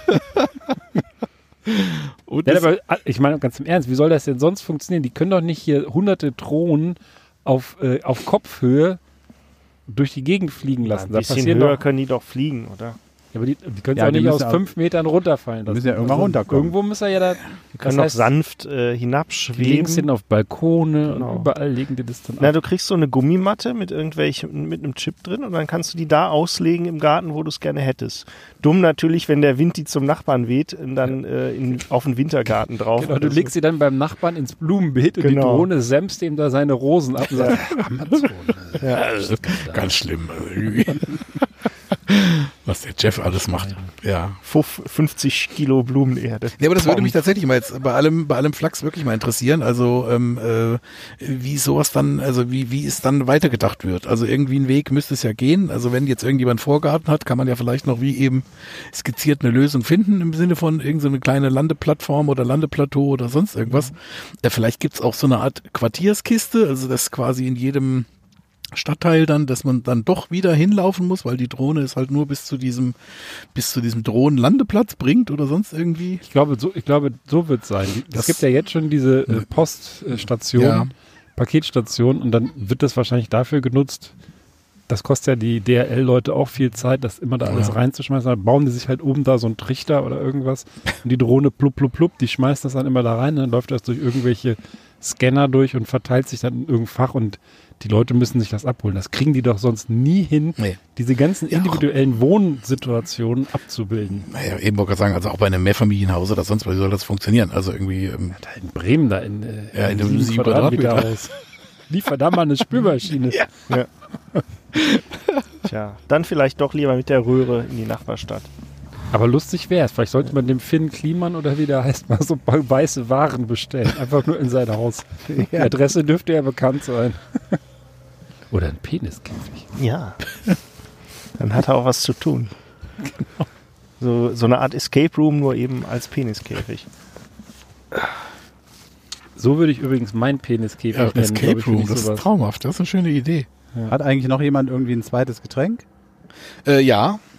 Und aber ich meine ganz im Ernst, wie soll das denn sonst funktionieren? Die können doch nicht hier hunderte Drohnen auf Kopfhöhe durch die Gegend fliegen lassen. Ein bisschen höher können die doch fliegen, oder? Ja, aber die können ja auch nicht aus 5 Metern runterfallen. Die müssen ja irgendwann runterkommen. Irgendwo muss er ja da... Die können doch sanft hinabschweben. Die legen es auf Balkone und überall legen die das dann ab. Du kriegst so eine Gummimatte mit einem Chip drin und dann kannst du die da auslegen im Garten, wo du es gerne hättest. Dumm natürlich, wenn der Wind die zum Nachbarn weht und dann auf den Wintergarten drauf. Genau, du legst sie dann beim Nachbarn ins Blumenbeet und die Drohne sämst ihm da seine Rosen ab und sagt, Amazon. Ganz schlimm. Was der Jeff alles macht. Ja. 50 Kilo Blumenerde. Ja, aber das würde mich tatsächlich mal jetzt bei allem Flachs wirklich mal interessieren. Also wie sowas dann, also wie es dann weitergedacht wird. Also irgendwie ein Weg müsste es ja gehen. Also wenn jetzt irgendjemand einen Vorgarten hat, kann man ja vielleicht noch wie eben skizziert eine Lösung finden im Sinne von irgendeine kleine Landeplattform oder Landeplateau oder sonst irgendwas. Vielleicht gibt's auch so eine Art Quartierskiste, also das quasi in jedem Stadtteil dann, dass man dann doch wieder hinlaufen muss, weil die Drohne es halt nur bis zu diesem Drohnenlandeplatz bringt oder sonst irgendwie. Ich glaube, so wird es sein. Es gibt ja jetzt schon diese Poststation, Paketstation und dann wird das wahrscheinlich dafür genutzt. Das kostet ja die DHL-Leute auch viel Zeit, das immer da alles reinzuschmeißen. Dann bauen die sich halt oben da so einen Trichter oder irgendwas und die Drohne plupp, plupp, plupp, die schmeißt das dann immer da rein und dann läuft das durch irgendwelche Scanner durch und verteilt sich dann in irgendein Fach und die Leute müssen sich das abholen. Das kriegen die doch sonst nie hin, diese ganzen individuellen Wohnsituationen abzubilden. Naja, eben wollte ich sagen, also auch bei einem Mehrfamilienhaus oder sonst was soll das funktionieren? Also irgendwie in Bremen da in dem 7 Quadratmeter Haus. Liefer da mal eine Spülmaschine. Ja. Tja, dann vielleicht doch lieber mit der Röhre in die Nachbarstadt. Aber lustig wäre es. Vielleicht sollte man dem Finn Kliman oder wie der heißt, mal so weiße Waren bestellen. Einfach nur in sein Haus. Die Adresse dürfte ja bekannt sein. Oder ein Peniskäfig. Ja. Dann hat er auch was zu tun. Genau. So eine Art Escape Room, nur eben als Peniskäfig. So würde ich übrigens meinen Peniskäfig nennen. Escape Room, das ist traumhaft. Das ist eine schöne Idee. Ja. Hat eigentlich noch jemand irgendwie ein zweites Getränk? Ja.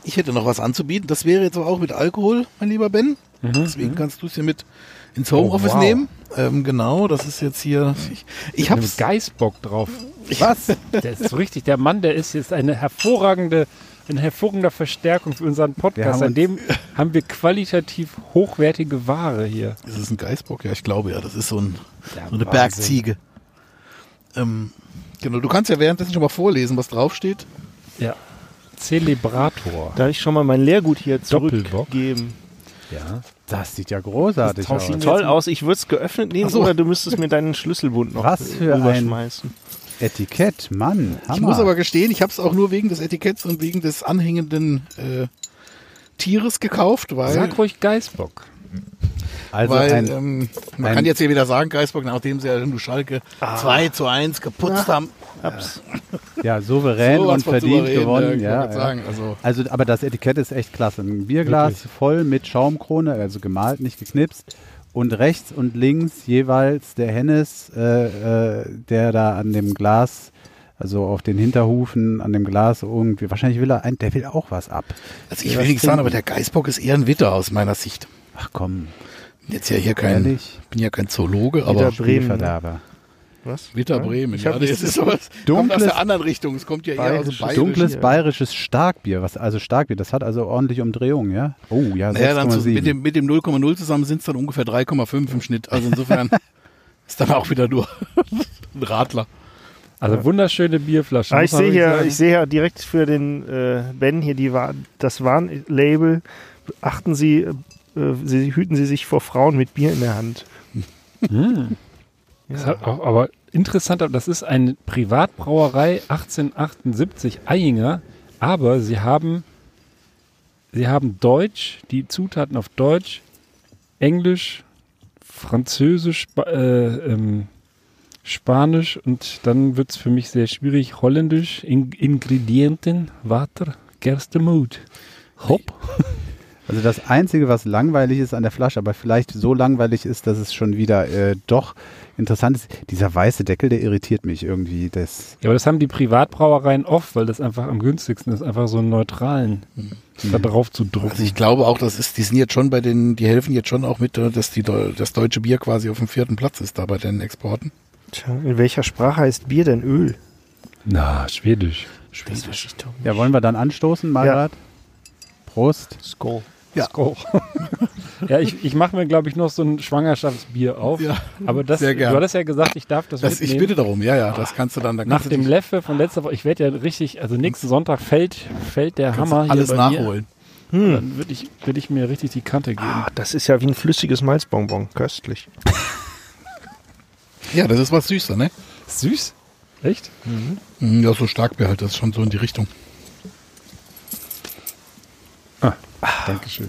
Ich hätte noch was anzubieten. Das wäre jetzt aber auch mit Alkohol, mein lieber Ben. Deswegen kannst du es hier mit ins Homeoffice nehmen. Genau, das ist jetzt hier... Ich Mit einem hab's... Geißbock drauf. Was? Der ist so richtig, der Mann, der ist jetzt eine hervorragende Verstärkung für unseren Podcast. An dem haben wir qualitativ hochwertige Ware hier. Ist es ein Geißbock? Ja, ich glaube ja. Das ist so eine Wahnsinn. Bergziege. Genau, du kannst ja währenddessen schon mal vorlesen, was draufsteht. Ja. Celebrator. Darf ich schon mal mein Leergut hier Doppelbock. zurückgeben? Ja. Das sieht ja großartig Das aus. tauschen Toll aus. Ich würde es geöffnet nehmen so. oder du müsstest mir deinen Schlüsselbund noch Was für ein- rüberschmeißen. Etikett, Mann, Hammer. Ich muss aber gestehen, ich habe es auch nur wegen des Etiketts und wegen des anhängenden Tieres gekauft, weil... Sag ruhig Geißbock. also man kann jetzt hier wieder sagen, Geisbock, nachdem sie ja nur Schalke 2:1 geputzt haben. ja, souverän Sowas und von verdient souverän, gewonnen. ich Ja, wollte sagen, also Also, aber das Etikett ist echt klasse. Ein Bierglas voll mit Schaumkrone, also gemalt, nicht geknipst. Und rechts und links jeweils der Hennes, der da an dem Glas, also auf den Hinterhufen, an dem Glas irgendwie, wahrscheinlich der will auch was ab. Also ich will nichts sagen, aber der Geisbock ist eher ein Witter aus meiner Sicht. Ach komm, Jetzt ja hier ehrlich? bin ja kein Zoologe, aber Bremen. Spielverderber. Was? Witter Bremen. Ich Ja, hab das nicht- ist sowas, kommt aus Dunkles- der anderen Richtung. Es kommt ja eher aus dem Bayerischen. Dunkles bayerisches Starkbier, also Starkbier, das hat also ordentlich Umdrehungen, ja? Oh ja, Naja, dann 6,7. mit dem 0,0 zusammen sind es dann ungefähr 3,5 im Schnitt. Also insofern ist dann auch wieder nur ein Radler. Also wunderschöne Bierflaschen. Ich sehe hier direkt für den Ben hier das Warnlabel. Achten Sie, hüten Sie sich vor Frauen mit Bier in der Hand. Das hat auch, aber interessant, das ist eine Privatbrauerei 1878 Eyinger, aber sie haben Deutsch, die Zutaten auf Deutsch, Englisch, Französisch, Spanisch und dann wird es für mich sehr schwierig, Holländisch, Ingredienten, Wasser, Gerste, Mut, Hop. Also das Einzige, was langweilig ist an der Flasche, aber vielleicht so langweilig ist, dass es schon wieder doch interessant ist, dieser weiße Deckel, der irritiert mich irgendwie. Ja, aber das haben die Privatbrauereien oft, weil das einfach am günstigsten ist, einfach so einen neutralen da drauf zu drucken. Also ich glaube auch, die sind jetzt schon die helfen jetzt schon auch mit, dass das deutsche Bier quasi auf dem 4. Platz ist da bei den Exporten. Tja, in welcher Sprache heißt Bier denn Öl? Na, Schwedisch. Schwedisch. Ja, wollen wir dann anstoßen, Margaret? Prost. Skol. Ja. Oh. Ja, ich mache mir, glaube ich, noch so ein Schwangerschaftsbier auf. Ja, aber das, sehr gern. du hattest ja gesagt, ich darf das Ich mitnehmen. bitte darum, ja, das kannst du dann. Nach dem Leffe von letzter Woche, ich werde ja richtig, also nächsten Sonntag fällt der Hammer hier alles bei nachholen. Mir. Dann würde ich mir richtig die Kante geben. Das ist ja wie ein flüssiges Malzbonbon. Köstlich. Ja, das ist was Süßer, ne? Süß? Echt? Ja, so Starkbier halt, das ist schon so in die Richtung. Dankeschön.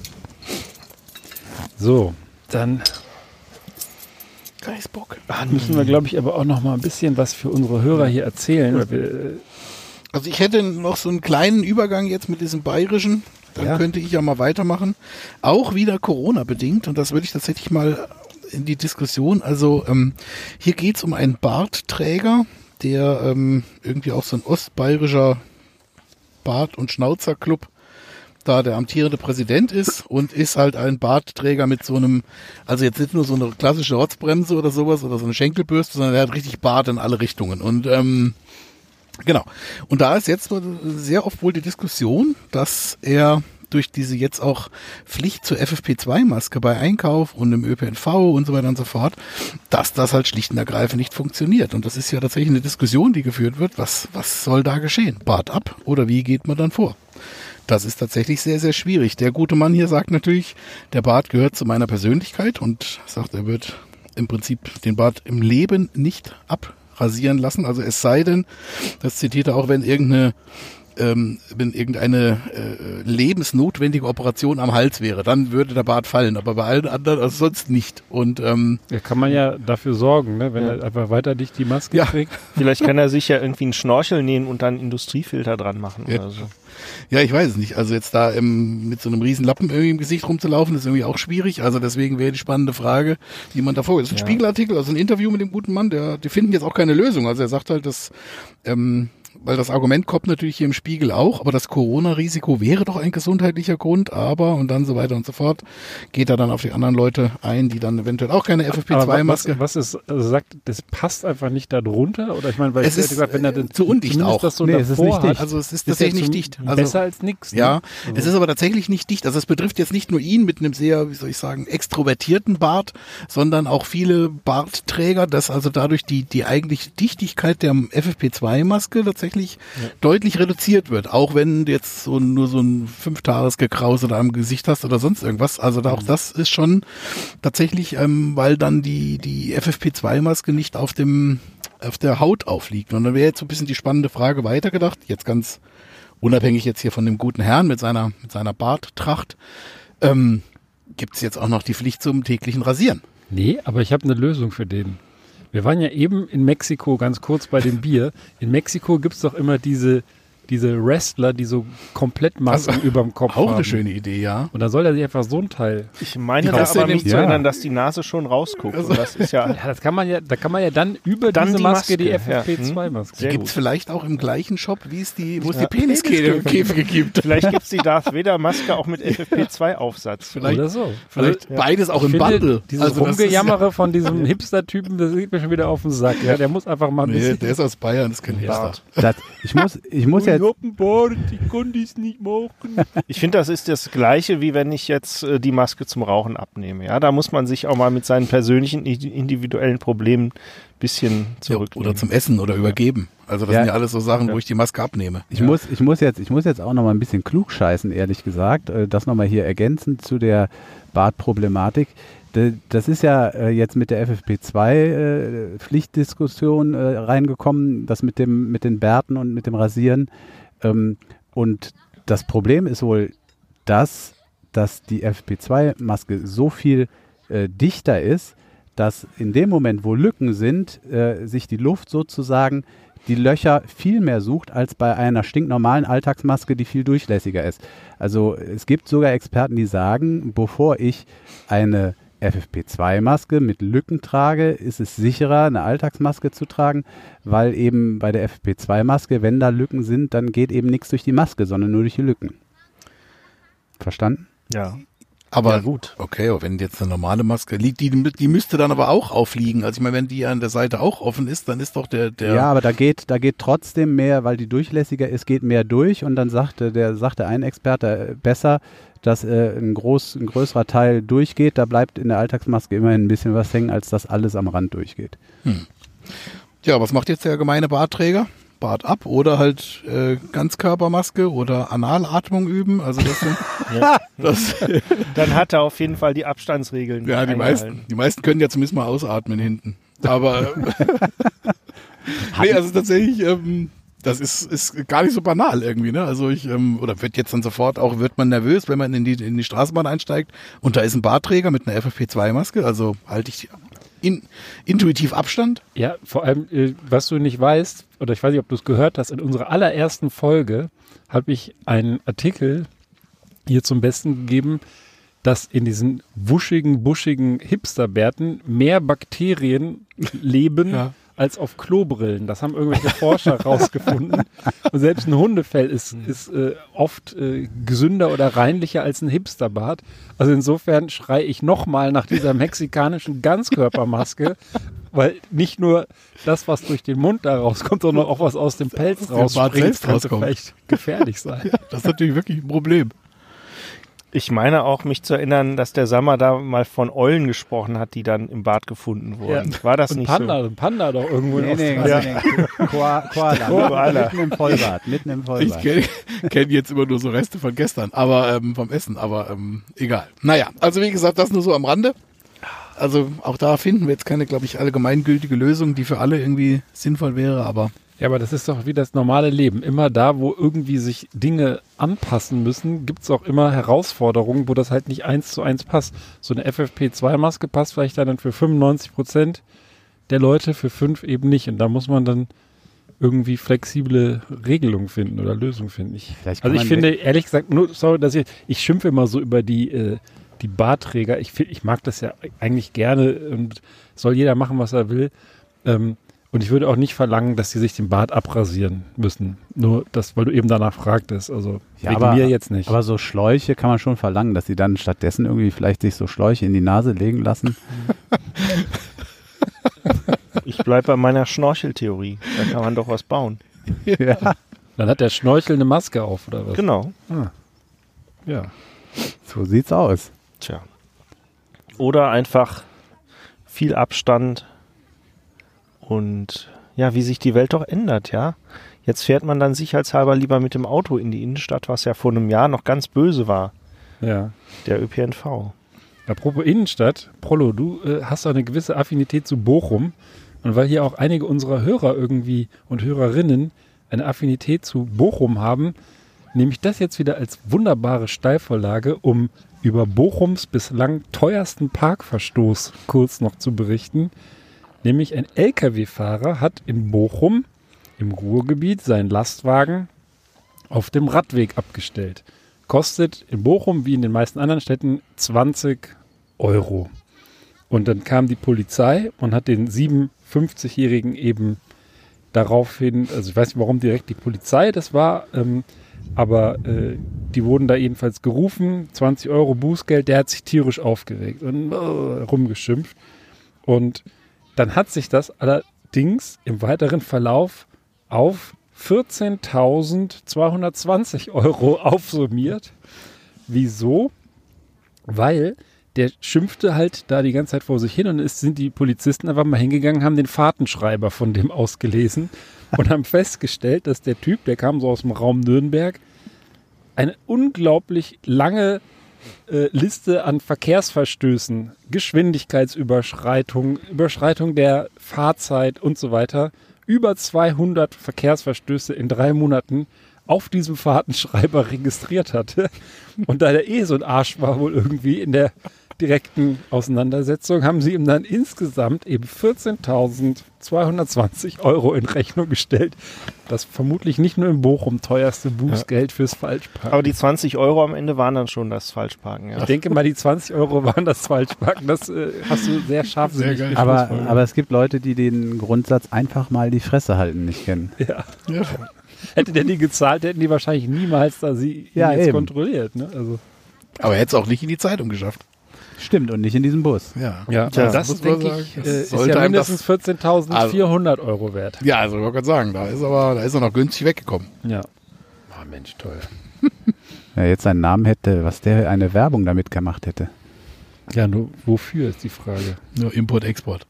So, dann Geisbock. müssen wir, glaube ich, aber auch noch mal ein bisschen was für unsere Hörer hier erzählen. Weil wir, Also ich hätte noch so einen kleinen Übergang jetzt mit diesem Bayerischen. Dann könnte ich ja mal weitermachen. Auch wieder Corona-bedingt. Und das würde ich tatsächlich mal in die Diskussion. Also hier geht es um einen Bartträger, der irgendwie auch so ein ostbayerischer Bart- und Schnauzerclub da der amtierende Präsident ist und ist halt ein Bartträger mit so einem, also jetzt nicht nur so eine klassische Rotzbremse oder sowas oder so eine Schenkelbürste, sondern er hat richtig Bart in alle Richtungen. Und genau. Und da ist jetzt sehr oft wohl die Diskussion, dass er durch diese jetzt auch Pflicht zur FFP2-Maske bei Einkauf und im ÖPNV und so weiter und so fort, dass das halt schlicht und ergreifend nicht funktioniert. Und das ist ja tatsächlich eine Diskussion, die geführt wird. Was soll da geschehen? Bart ab oder wie geht man dann vor? Das ist tatsächlich sehr, sehr schwierig. Der gute Mann hier sagt natürlich, der Bart gehört zu meiner Persönlichkeit und sagt, er wird im Prinzip den Bart im Leben nicht abrasieren lassen. Also es sei denn, das zitiert er auch, wenn irgendeine lebensnotwendige Operation am Hals wäre, dann würde der Bart fallen, aber bei allen anderen also sonst nicht. Und ja, kann man ja dafür sorgen, ne? Wenn er einfach weiter dicht die Maske trägt. Vielleicht kann er sich ja irgendwie einen Schnorchel nähen und dann einen Industriefilter dran machen oder so. Ja, ich weiß es nicht. Also jetzt da mit so einem riesen Lappen irgendwie im Gesicht rumzulaufen, ist irgendwie auch schwierig. Also deswegen wäre die spannende Frage, wie man da vorgeht. Das ist ein Spiegelartikel, also ein Interview mit dem guten Mann, die finden jetzt auch keine Lösung. Also er sagt halt, dass weil das Argument kommt natürlich hier im Spiegel auch, aber das Corona-Risiko wäre doch ein gesundheitlicher Grund, aber und dann so weiter und so fort, geht er dann auf die anderen Leute ein, die dann eventuell auch keine FFP2-Maske. Was ist, also sagt, das passt einfach nicht da drunter? Oder ich meine, weil es ist gesagt, wenn er zu undicht auch. Das so nee, es ist nicht dicht. Also es ist tatsächlich nicht dicht. Also, besser als nichts. Ne? Ja, es ist aber tatsächlich nicht dicht. Also es betrifft jetzt nicht nur ihn mit einem sehr, wie soll ich sagen, extrovertierten Bart, sondern auch viele Bartträger, dass also dadurch die eigentliche Dichtigkeit der FFP2-Maske tatsächlich deutlich reduziert wird. Auch wenn du jetzt nur so ein 5-Tages-Gekrause da am Gesicht hast oder sonst irgendwas. Also auch das ist schon tatsächlich, weil dann die FFP2-Maske nicht auf der Haut aufliegt. Und dann wäre jetzt so ein bisschen die spannende Frage weitergedacht, jetzt ganz unabhängig jetzt hier von dem guten Herrn mit seiner Barttracht, gibt es jetzt auch noch die Pflicht zum täglichen Rasieren. Nee, aber ich habe eine Lösung für den. Wir waren ja eben in Mexiko, ganz kurz bei dem Bier. In Mexiko gibt es doch immer diese Wrestler, die so komplett Masken überm Kopf haben. Auch eine schöne Idee, ja. Und da soll er sich einfach so ein Teil... Ich meine da aber mich zu erinnern, dass die Nase schon rausguckt. Also, und das ist ja... Ja, da kann man ja dann über dann diese die Maske die Maske, FFP2-Maske. Gibt es vielleicht auch im gleichen Shop, wo es die Peniskäfige gibt. Vielleicht gibt es die Darth Vader-Maske auch mit FFP2-Aufsatz. Oder so. Vielleicht beides auch im Bundle. Dieses Rumgejammere von diesem Hipster-Typen, das geht mir schon wieder auf den Sack. Ja, der muss einfach mal ein bisschen... der ist aus Bayern, das ist kein Hipster. Ich muss jetzt... Ich konnte es nicht machen. Ich finde, das ist das Gleiche, wie wenn ich jetzt die Maske zum Rauchen abnehme. Ja, da muss man sich auch mal mit seinen persönlichen, individuellen Problemen ein bisschen zurücknehmen. Oder zum Essen oder übergeben. Also das sind ja alles so Sachen, wo ich die Maske abnehme. Ich muss jetzt auch noch mal ein bisschen klugscheißen, ehrlich gesagt. Das noch mal hier ergänzend zu der Bartproblematik. Das ist ja jetzt mit der FFP2-Pflichtdiskussion reingekommen, das mit den Bärten und mit dem Rasieren. Und das Problem ist wohl, dass die FFP2-Maske so viel dichter ist, dass in dem Moment, wo Lücken sind, sich die Luft sozusagen die Löcher viel mehr sucht als bei einer stinknormalen Alltagsmaske, die viel durchlässiger ist. Also es gibt sogar Experten, die sagen, bevor ich eine FFP2-Maske mit Lücken trage, ist es sicherer, eine Alltagsmaske zu tragen, weil eben bei der FFP2-Maske, wenn da Lücken sind, dann geht eben nichts durch die Maske, sondern nur durch die Lücken. Verstanden? Ja. Aber ja, gut. Okay, aber wenn jetzt eine normale Maske liegt, die müsste dann aber auch aufliegen. Also ich meine, wenn die an der Seite auch offen ist, dann ist doch der... Ja, aber da geht trotzdem mehr, weil die durchlässiger ist, geht mehr durch und dann sagte ein Experte besser, dass ein größerer Teil durchgeht, da bleibt in der Alltagsmaske immerhin ein bisschen was hängen, als dass alles am Rand durchgeht. Ja, was macht jetzt der gemeine Bartträger? Bart ab oder halt Ganzkörpermaske oder Analatmung üben. Also das sind, Dann hat er auf jeden Fall die Abstandsregeln. Ja, die meisten können ja zumindest mal ausatmen hinten. Aber nee, also tatsächlich, das ist gar nicht so banal irgendwie, ne? Also oder wird jetzt dann sofort auch, wird man nervös, wenn man in die Straßenbahn einsteigt und da ist ein Bartträger mit einer FFP2-Maske, also halte ich intuitiv Abstand. Ja, vor allem, was du nicht weißt, oder ich weiß nicht, ob du es gehört hast, in unserer allerersten Folge habe ich einen Artikel hier zum Besten gegeben, dass in diesen buschigen Hipsterbärten mehr Bakterien leben als auf Klobrillen. Das haben irgendwelche Forscher rausgefunden. Und selbst ein Hundefell ist oft gesünder oder reinlicher als ein Hipsterbart. Also insofern schreie ich nochmal nach dieser mexikanischen Ganzkörpermaske, weil nicht nur das, was durch den Mund da rauskommt, sondern auch was aus dem Pelz rausspringt, könnte vielleicht gefährlich sein. Das ist natürlich wirklich ein Problem. Ich meine auch, mich zu erinnern, dass der Sammer da mal von Eulen gesprochen hat, die dann im Bad gefunden wurden. Ja. War das und nicht Panda, so? Ein Panda doch irgendwo in Australien. Koala. Mitten im Vollbart. Ich kenn jetzt immer nur so Reste von gestern, aber vom Essen, aber egal. Naja, also wie gesagt, das nur so am Rande. Also auch da finden wir jetzt keine, glaube ich, allgemeingültige Lösung, die für alle irgendwie sinnvoll wäre, aber... Ja, aber das ist doch wie das normale Leben. Immer da, wo irgendwie sich Dinge anpassen müssen, gibt es auch immer Herausforderungen, wo das halt nicht 1:1 passt. So eine FFP2-Maske passt vielleicht dann für 95% der Leute, für 5 eben nicht. Und da muss man dann irgendwie flexible Regelungen finden oder Lösungen finden. Ich finde, ehrlich gesagt, ich schimpfe immer so über die Bartträger. Ich mag das ja eigentlich gerne und soll jeder machen, was er will. Und ich würde auch nicht verlangen, dass sie sich den Bart abrasieren müssen. Nur das, weil du eben danach fragtest. Also wegen mir jetzt nicht. Aber so Schläuche kann man schon verlangen, dass sie dann stattdessen irgendwie vielleicht sich so Schläuche in die Nase legen lassen. Ich bleibe bei meiner Schnorcheltheorie. Da kann man doch was bauen. Ja. Dann hat der Schnorchel eine Maske auf, oder was? Genau. Ja. So sieht's aus. Tja. Oder einfach viel Abstand und ja, wie sich die Welt doch ändert, ja. Jetzt fährt man dann sicherheitshalber lieber mit dem Auto in die Innenstadt, was ja vor einem Jahr noch ganz böse war. Ja. Der ÖPNV. Apropos Innenstadt, Prollo, du hast doch eine gewisse Affinität zu Bochum. Und weil hier auch einige unserer Hörer irgendwie und Hörerinnen eine Affinität zu Bochum haben, nehme ich das jetzt wieder als wunderbare Steilvorlage, um über Bochums bislang teuersten Parkverstoß kurz noch zu berichten. Nämlich ein Lkw-Fahrer hat in Bochum im Ruhrgebiet seinen Lastwagen auf dem Radweg abgestellt. Kostet in Bochum wie in den meisten anderen Städten 20 €. Und dann kam die Polizei und hat den 57-Jährigen eben daraufhin, also ich weiß nicht, warum direkt die Polizei das war, aber die wurden da jedenfalls gerufen, 20 € Bußgeld, der hat sich tierisch aufgeregt und rumgeschimpft. Und dann hat sich das allerdings im weiteren Verlauf auf 14.220 € aufsummiert. Wieso? Weil der schimpfte halt da die ganze Zeit vor sich hin und es sind die Polizisten einfach mal hingegangen, haben den Fahrtenschreiber von dem ausgelesen und haben festgestellt, dass der Typ, der kam so aus dem Raum Nürnberg, eine unglaublich lange Liste an Verkehrsverstößen, Geschwindigkeitsüberschreitung, Überschreitung der Fahrzeit und so weiter, über 200 Verkehrsverstöße in 3 Monaten auf diesem Fahrtenschreiber registriert hatte. Und da der so ein Arsch war wohl irgendwie in der direkten Auseinandersetzung, haben sie ihm dann insgesamt eben 14.220 € in Rechnung gestellt. Das vermutlich nicht nur in Bochum teuerste Bußgeld fürs Falschparken. Aber die 20 € am Ende waren dann schon das Falschparken, ja. Ich denke mal, die 20 € waren das Falschparken. Das hast du sehr scharfsinnig Sehr geil. Aber es gibt Leute, die den Grundsatz einfach mal die Fresse halten nicht kennen. Ja. Hätte der die gezahlt, hätten die wahrscheinlich niemals da sie ihn jetzt kontrolliert. Ne? Also. Aber er hätte es auch nicht in die Zeitung geschafft. Stimmt, und nicht in diesem Bus. Ja, Das muss man denke ich, sagen. ist Sollte ja einem mindestens 14.400 € wert. Ja, also ich wollte gerade sagen, da ist er noch günstig weggekommen. Ja. Oh, Mensch, toll. Wer jetzt seinen Namen hätte, was der eine Werbung damit gemacht hätte. Ja, nur wofür ist die Frage. Nur Import, Export.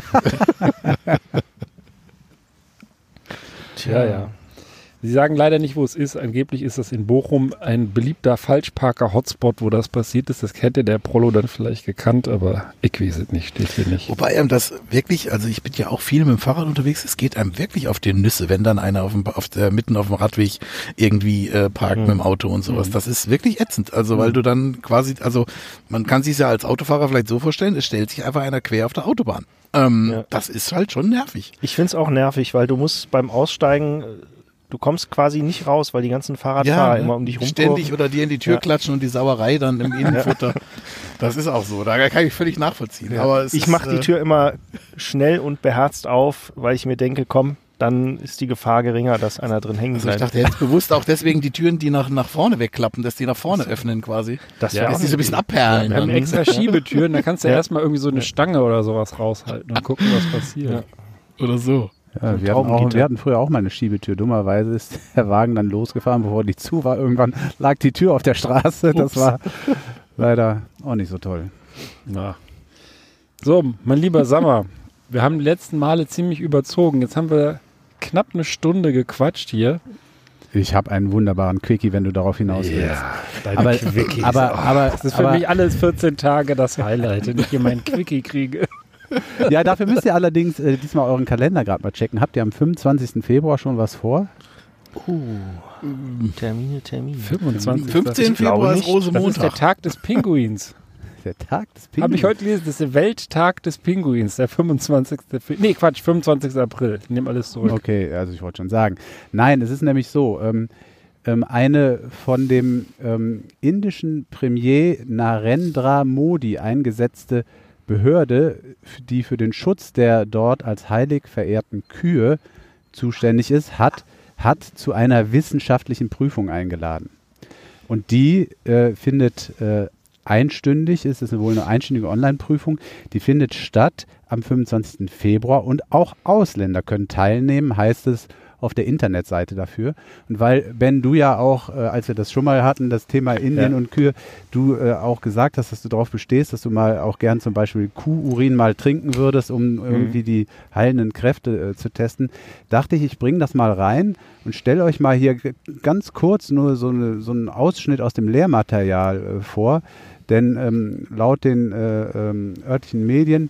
Ja. Sie sagen leider nicht, wo es ist. Angeblich ist das in Bochum ein beliebter Falschparker-Hotspot, wo das passiert ist. Das hätte der Prollo dann vielleicht gekannt, aber ich weiß es nicht, steht hier nicht. Wobei einem das wirklich, also ich bin ja auch viel mit dem Fahrrad unterwegs, es geht einem wirklich auf die Nüsse, wenn dann einer mitten auf dem Radweg irgendwie parkt mit dem Auto und sowas. Das ist wirklich ätzend. Also weil du dann quasi, also man kann sich ja als Autofahrer vielleicht so vorstellen, es stellt sich einfach einer quer auf der Autobahn. Das ist halt schon nervig. Ich finde es auch nervig, weil du musst beim Aussteigen, du kommst quasi nicht raus, weil die ganzen Fahrradfahrer immer um dich rumkurven. Ständig oder dir in die Tür klatschen und die Sauerei dann im Innenfutter. Das ist auch so. Da kann ich völlig nachvollziehen. Ja. Aber ich mache die Tür immer schnell und beherzt auf, weil ich mir denke, komm, dann ist die Gefahr geringer, dass einer drin hängen bleibt. Ich dachte jetzt bewusst auch deswegen die Türen, die nach vorne wegklappen, dass die nach vorne öffnen quasi. Das dass die so ein bisschen abperlen. Wir haben extra Schiebetüren, da kannst du erstmal irgendwie so eine Stange oder sowas raushalten und gucken, was passiert. Ja. Oder so. Ja, wir hatten früher auch mal eine Schiebetür. Dummerweise ist der Wagen dann losgefahren, bevor die zu war. Irgendwann lag die Tür auf der Straße. Das war leider auch nicht so toll. Na. So, mein lieber Sammer, wir haben die letzten Male ziemlich überzogen. Jetzt haben wir knapp eine Stunde gequatscht hier. Ich habe einen wunderbaren Quickie, wenn du darauf hinaus willst. Deine Quickies. Aber das ist für mich alles 14 Tage das Highlight, wenn ich hier meinen Quickie kriege. Ja, dafür müsst ihr allerdings diesmal euren Kalender gerade mal checken. Habt ihr am 25. Februar schon was vor? Termine. 25. 15. Februar ist Das ist der Tag des Pinguins. Der Tag des Pinguins. Habe ich heute gelesen, das ist der Welttag des Pinguins, der 25. 25. April. Ich nehme alles zurück. Okay, also ich wollte schon sagen. Nein, es ist nämlich so, eine von dem indischen Premier Narendra Modi eingesetzte Behörde, die für den Schutz der dort als heilig verehrten Kühe zuständig ist, hat zu einer wissenschaftlichen Prüfung eingeladen. Und die findet einstündig, es ist wohl eine einstündige Online-Prüfung, die findet statt am 25. Februar und auch Ausländer können teilnehmen, heißt es auf der Internetseite dafür. Und weil, Ben, du ja auch, als wir das schon mal hatten, das Thema Indien und Kühe, du auch gesagt hast, dass du darauf bestehst, dass du mal auch gern zum Beispiel Kuhurin mal trinken würdest, um irgendwie die heilenden Kräfte zu testen, dachte ich bringe das mal rein und stelle euch mal hier ganz kurz nur so einen Ausschnitt aus dem Lehrmaterial vor. Denn laut den örtlichen Medien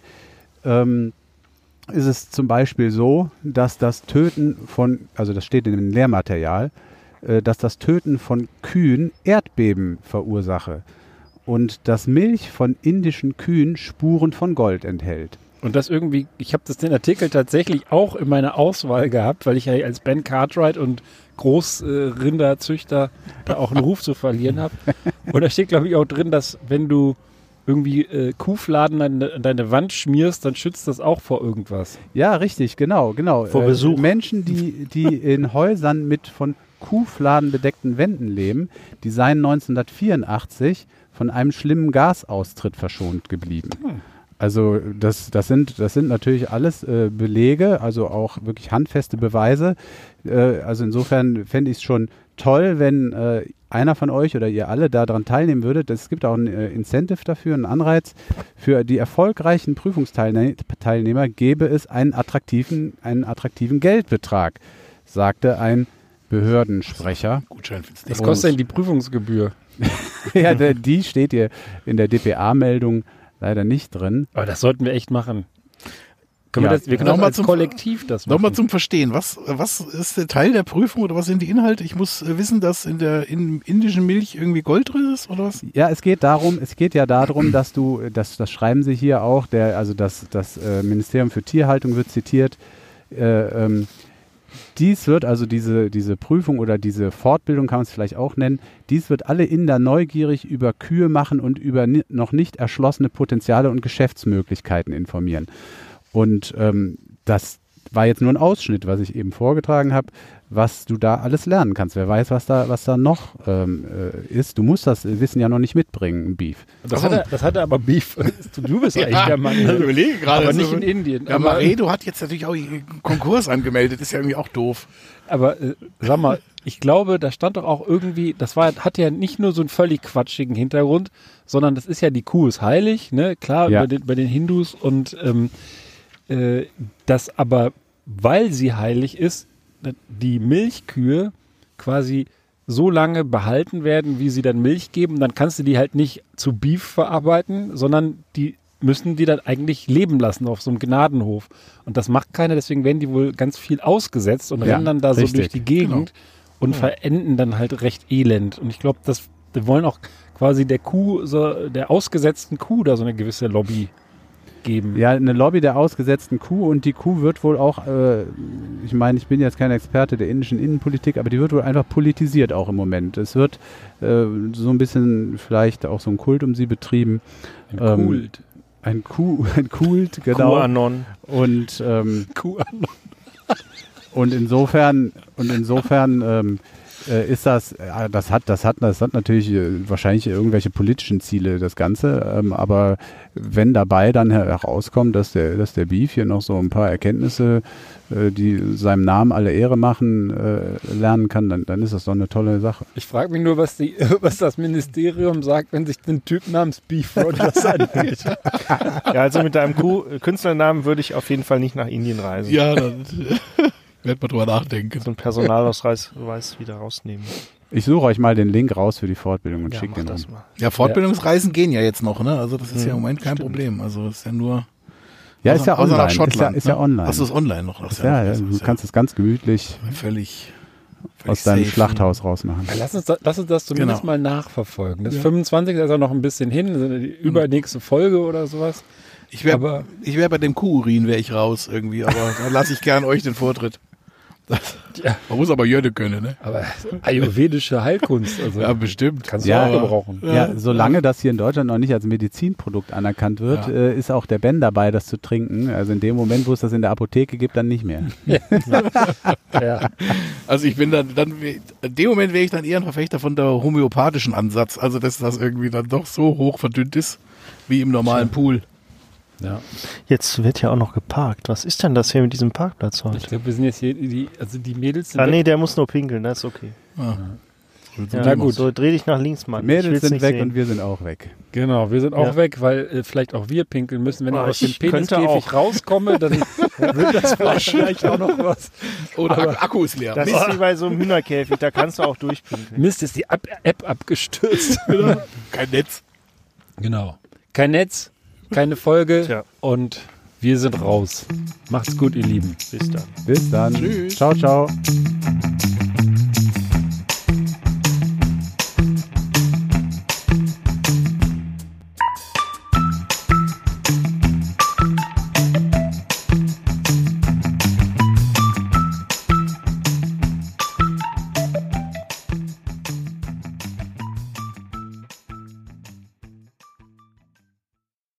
ist es zum Beispiel so, dass das Töten von, also das steht in dem Lehrmaterial, dass das Töten von Kühen Erdbeben verursache und dass Milch von indischen Kühen Spuren von Gold enthält. Und das irgendwie, ich habe den Artikel tatsächlich auch in meiner Auswahl gehabt, weil ich ja als Ben Cartwright und Großrinderzüchter da auch einen Ruf zu verlieren habe. Und da steht, glaube ich, auch drin, dass wenn du irgendwie Kuhfladen an deine Wand schmierst, dann schützt das auch vor irgendwas. Ja, richtig, genau. Vor Besuch. Menschen, die in Häusern mit von Kuhfladen bedeckten Wänden leben, die seien 1984 von einem schlimmen Gasaustritt verschont geblieben. Also das sind natürlich alles Belege, also auch wirklich handfeste Beweise. Also insofern fände ich es schon toll, wenn einer von euch oder ihr alle daran teilnehmen würdet. Es gibt auch ein Incentive dafür, einen Anreiz. Für die erfolgreichen Prüfungsteilnehmer gäbe es einen attraktiven Geldbetrag, sagte ein Behördensprecher. Gutschein find's Was kostet denn die Prüfungsgebühr? Ja, die steht hier in der DPA-Meldung leider nicht drin. Aber das sollten wir echt machen. Wir können Nochmal auch als Kollektiv das machen. Nochmal zum Verstehen. Was ist der Teil der Prüfung oder was sind die Inhalte? Ich muss wissen, dass in indischen Milch irgendwie Gold drin ist oder was? Ja, es geht ja darum, dass das schreiben sie hier auch, das Ministerium für Tierhaltung wird zitiert, dies wird, also diese Prüfung oder diese Fortbildung kann man es vielleicht auch nennen, dies wird alle Inder neugierig über Kühe machen und über noch nicht erschlossene Potenziale und Geschäftsmöglichkeiten informieren. Und das war jetzt nur ein Ausschnitt, was ich eben vorgetragen habe, was du da alles lernen kannst. Wer weiß, was da noch ist. Du musst das Wissen ja noch nicht mitbringen, Beef. Das hatte aber Beef. Du bist eigentlich der Mann. Ich überlege gerade. Aber nicht in Indien. Ja, Maredo hat jetzt natürlich auch einen Konkurs angemeldet. Ist ja irgendwie auch doof. Aber sag mal, ich glaube, da stand doch auch irgendwie, hat ja nicht nur so einen völlig quatschigen Hintergrund, sondern das ist ja, die Kuh ist heilig, ne? Klar, ja. bei den Hindus und das aber, weil sie heilig ist, die Milchkühe quasi so lange behalten werden, wie sie dann Milch geben, dann kannst du die halt nicht zu Beef verarbeiten, sondern die müssen die dann eigentlich leben lassen auf so einem Gnadenhof. Und das macht keiner, deswegen werden die wohl ganz viel ausgesetzt und rennen dann da richtig. so durch die Gegend und verenden dann halt recht elend. Und ich glaube, wir wollen auch quasi der ausgesetzten Kuh da so eine gewisse Lobby geben. Ja, eine Lobby der ausgesetzten Kuh, und die Kuh wird wohl auch, ich meine, ich bin jetzt kein Experte der indischen Innenpolitik, aber die wird wohl einfach politisiert auch im Moment. Es wird so ein bisschen vielleicht auch so ein Kult um sie betrieben. Ein Kult. Ein Kult, genau. QAnon. Und QAnon. Und insofern ist das hat natürlich wahrscheinlich irgendwelche politischen Ziele, das Ganze, aber wenn dabei dann herauskommt, dass der Beef hier noch so ein paar Erkenntnisse, die seinem Namen alle Ehre machen, lernen kann, dann ist das doch eine tolle Sache. Ich frage mich nur, was das Ministerium sagt, wenn sich ein Typ namens Beef Rogers angeht. Ja, also mit deinem Künstlernamen würde ich auf jeden Fall nicht nach Indien reisen. Ja, dann wird man drüber nachdenken. So einen Personalausweis wieder rausnehmen. Ich suche euch mal den Link raus für die Fortbildung und Ja, schicke mach den das rum. mal. Ja, Fortbildungsreisen gehen ja jetzt noch, ne? Also das ist ja im Moment kein Problem. Also das ist ja nur... Ja, ist ja außer nach online. Schottland, Ist ja ne? online. Ach, das ist online noch. Das ist Ja, du kannst es ganz gemütlich völlig aus deinem safe. Schlachthaus rausmachen. Ja, lass uns das zumindest Genau. mal nachverfolgen. Das 25 ist ja noch ein bisschen hin, also die übernächste Folge oder sowas. Ich wäre bei dem Kuhurin wäre ich raus irgendwie, aber da lasse ich gern euch den Vortritt. Man muss aber Jörde können, ne? Aber ayurvedische Heilkunst, also Ja, bestimmt. kannst Ja, du auch gebrauchen. Ja, solange das hier in Deutschland noch nicht als Medizinprodukt anerkannt wird, ist auch der Ben dabei, das zu trinken. Also in dem Moment, wo es das in der Apotheke gibt, dann nicht mehr. Ja. Also ich bin dann in dem Moment wäre ich dann eher ein Verfechter von der homöopathischen Ansatz. Also dass das irgendwie dann doch so hoch verdünnt ist, wie im normalen Pool. Ja. Jetzt wird ja auch noch geparkt. Was ist denn das hier mit diesem Parkplatz Ich heute? glaube, wir sind jetzt hier, die Mädels sind Ah weg. nee, der muss nur pinkeln, das ist okay. Ja. Ja, Na gut. So, dreh dich nach links, Mann. Die Ich will's Mädels sind nicht weg sehen. und wir sind auch weg. Genau, wir sind auch Ja. weg, weil vielleicht auch wir pinkeln müssen. Wenn ich Oh, aus dem ich könnte Peniskäfig auch. rauskomme, dann wird das wahrscheinlich auch noch was. Oder Akku ist leer. Das ist wie bei so einem Hühnerkäfig, da kannst du auch durchpinkeln. Mist, ist die App abgestürzt. Kein Netz. Genau. Kein Netz, keine Folge Tja. und wir sind raus. Macht's gut, ihr Lieben. Bis dann. Bis dann. Tschüss. Ciao, ciao.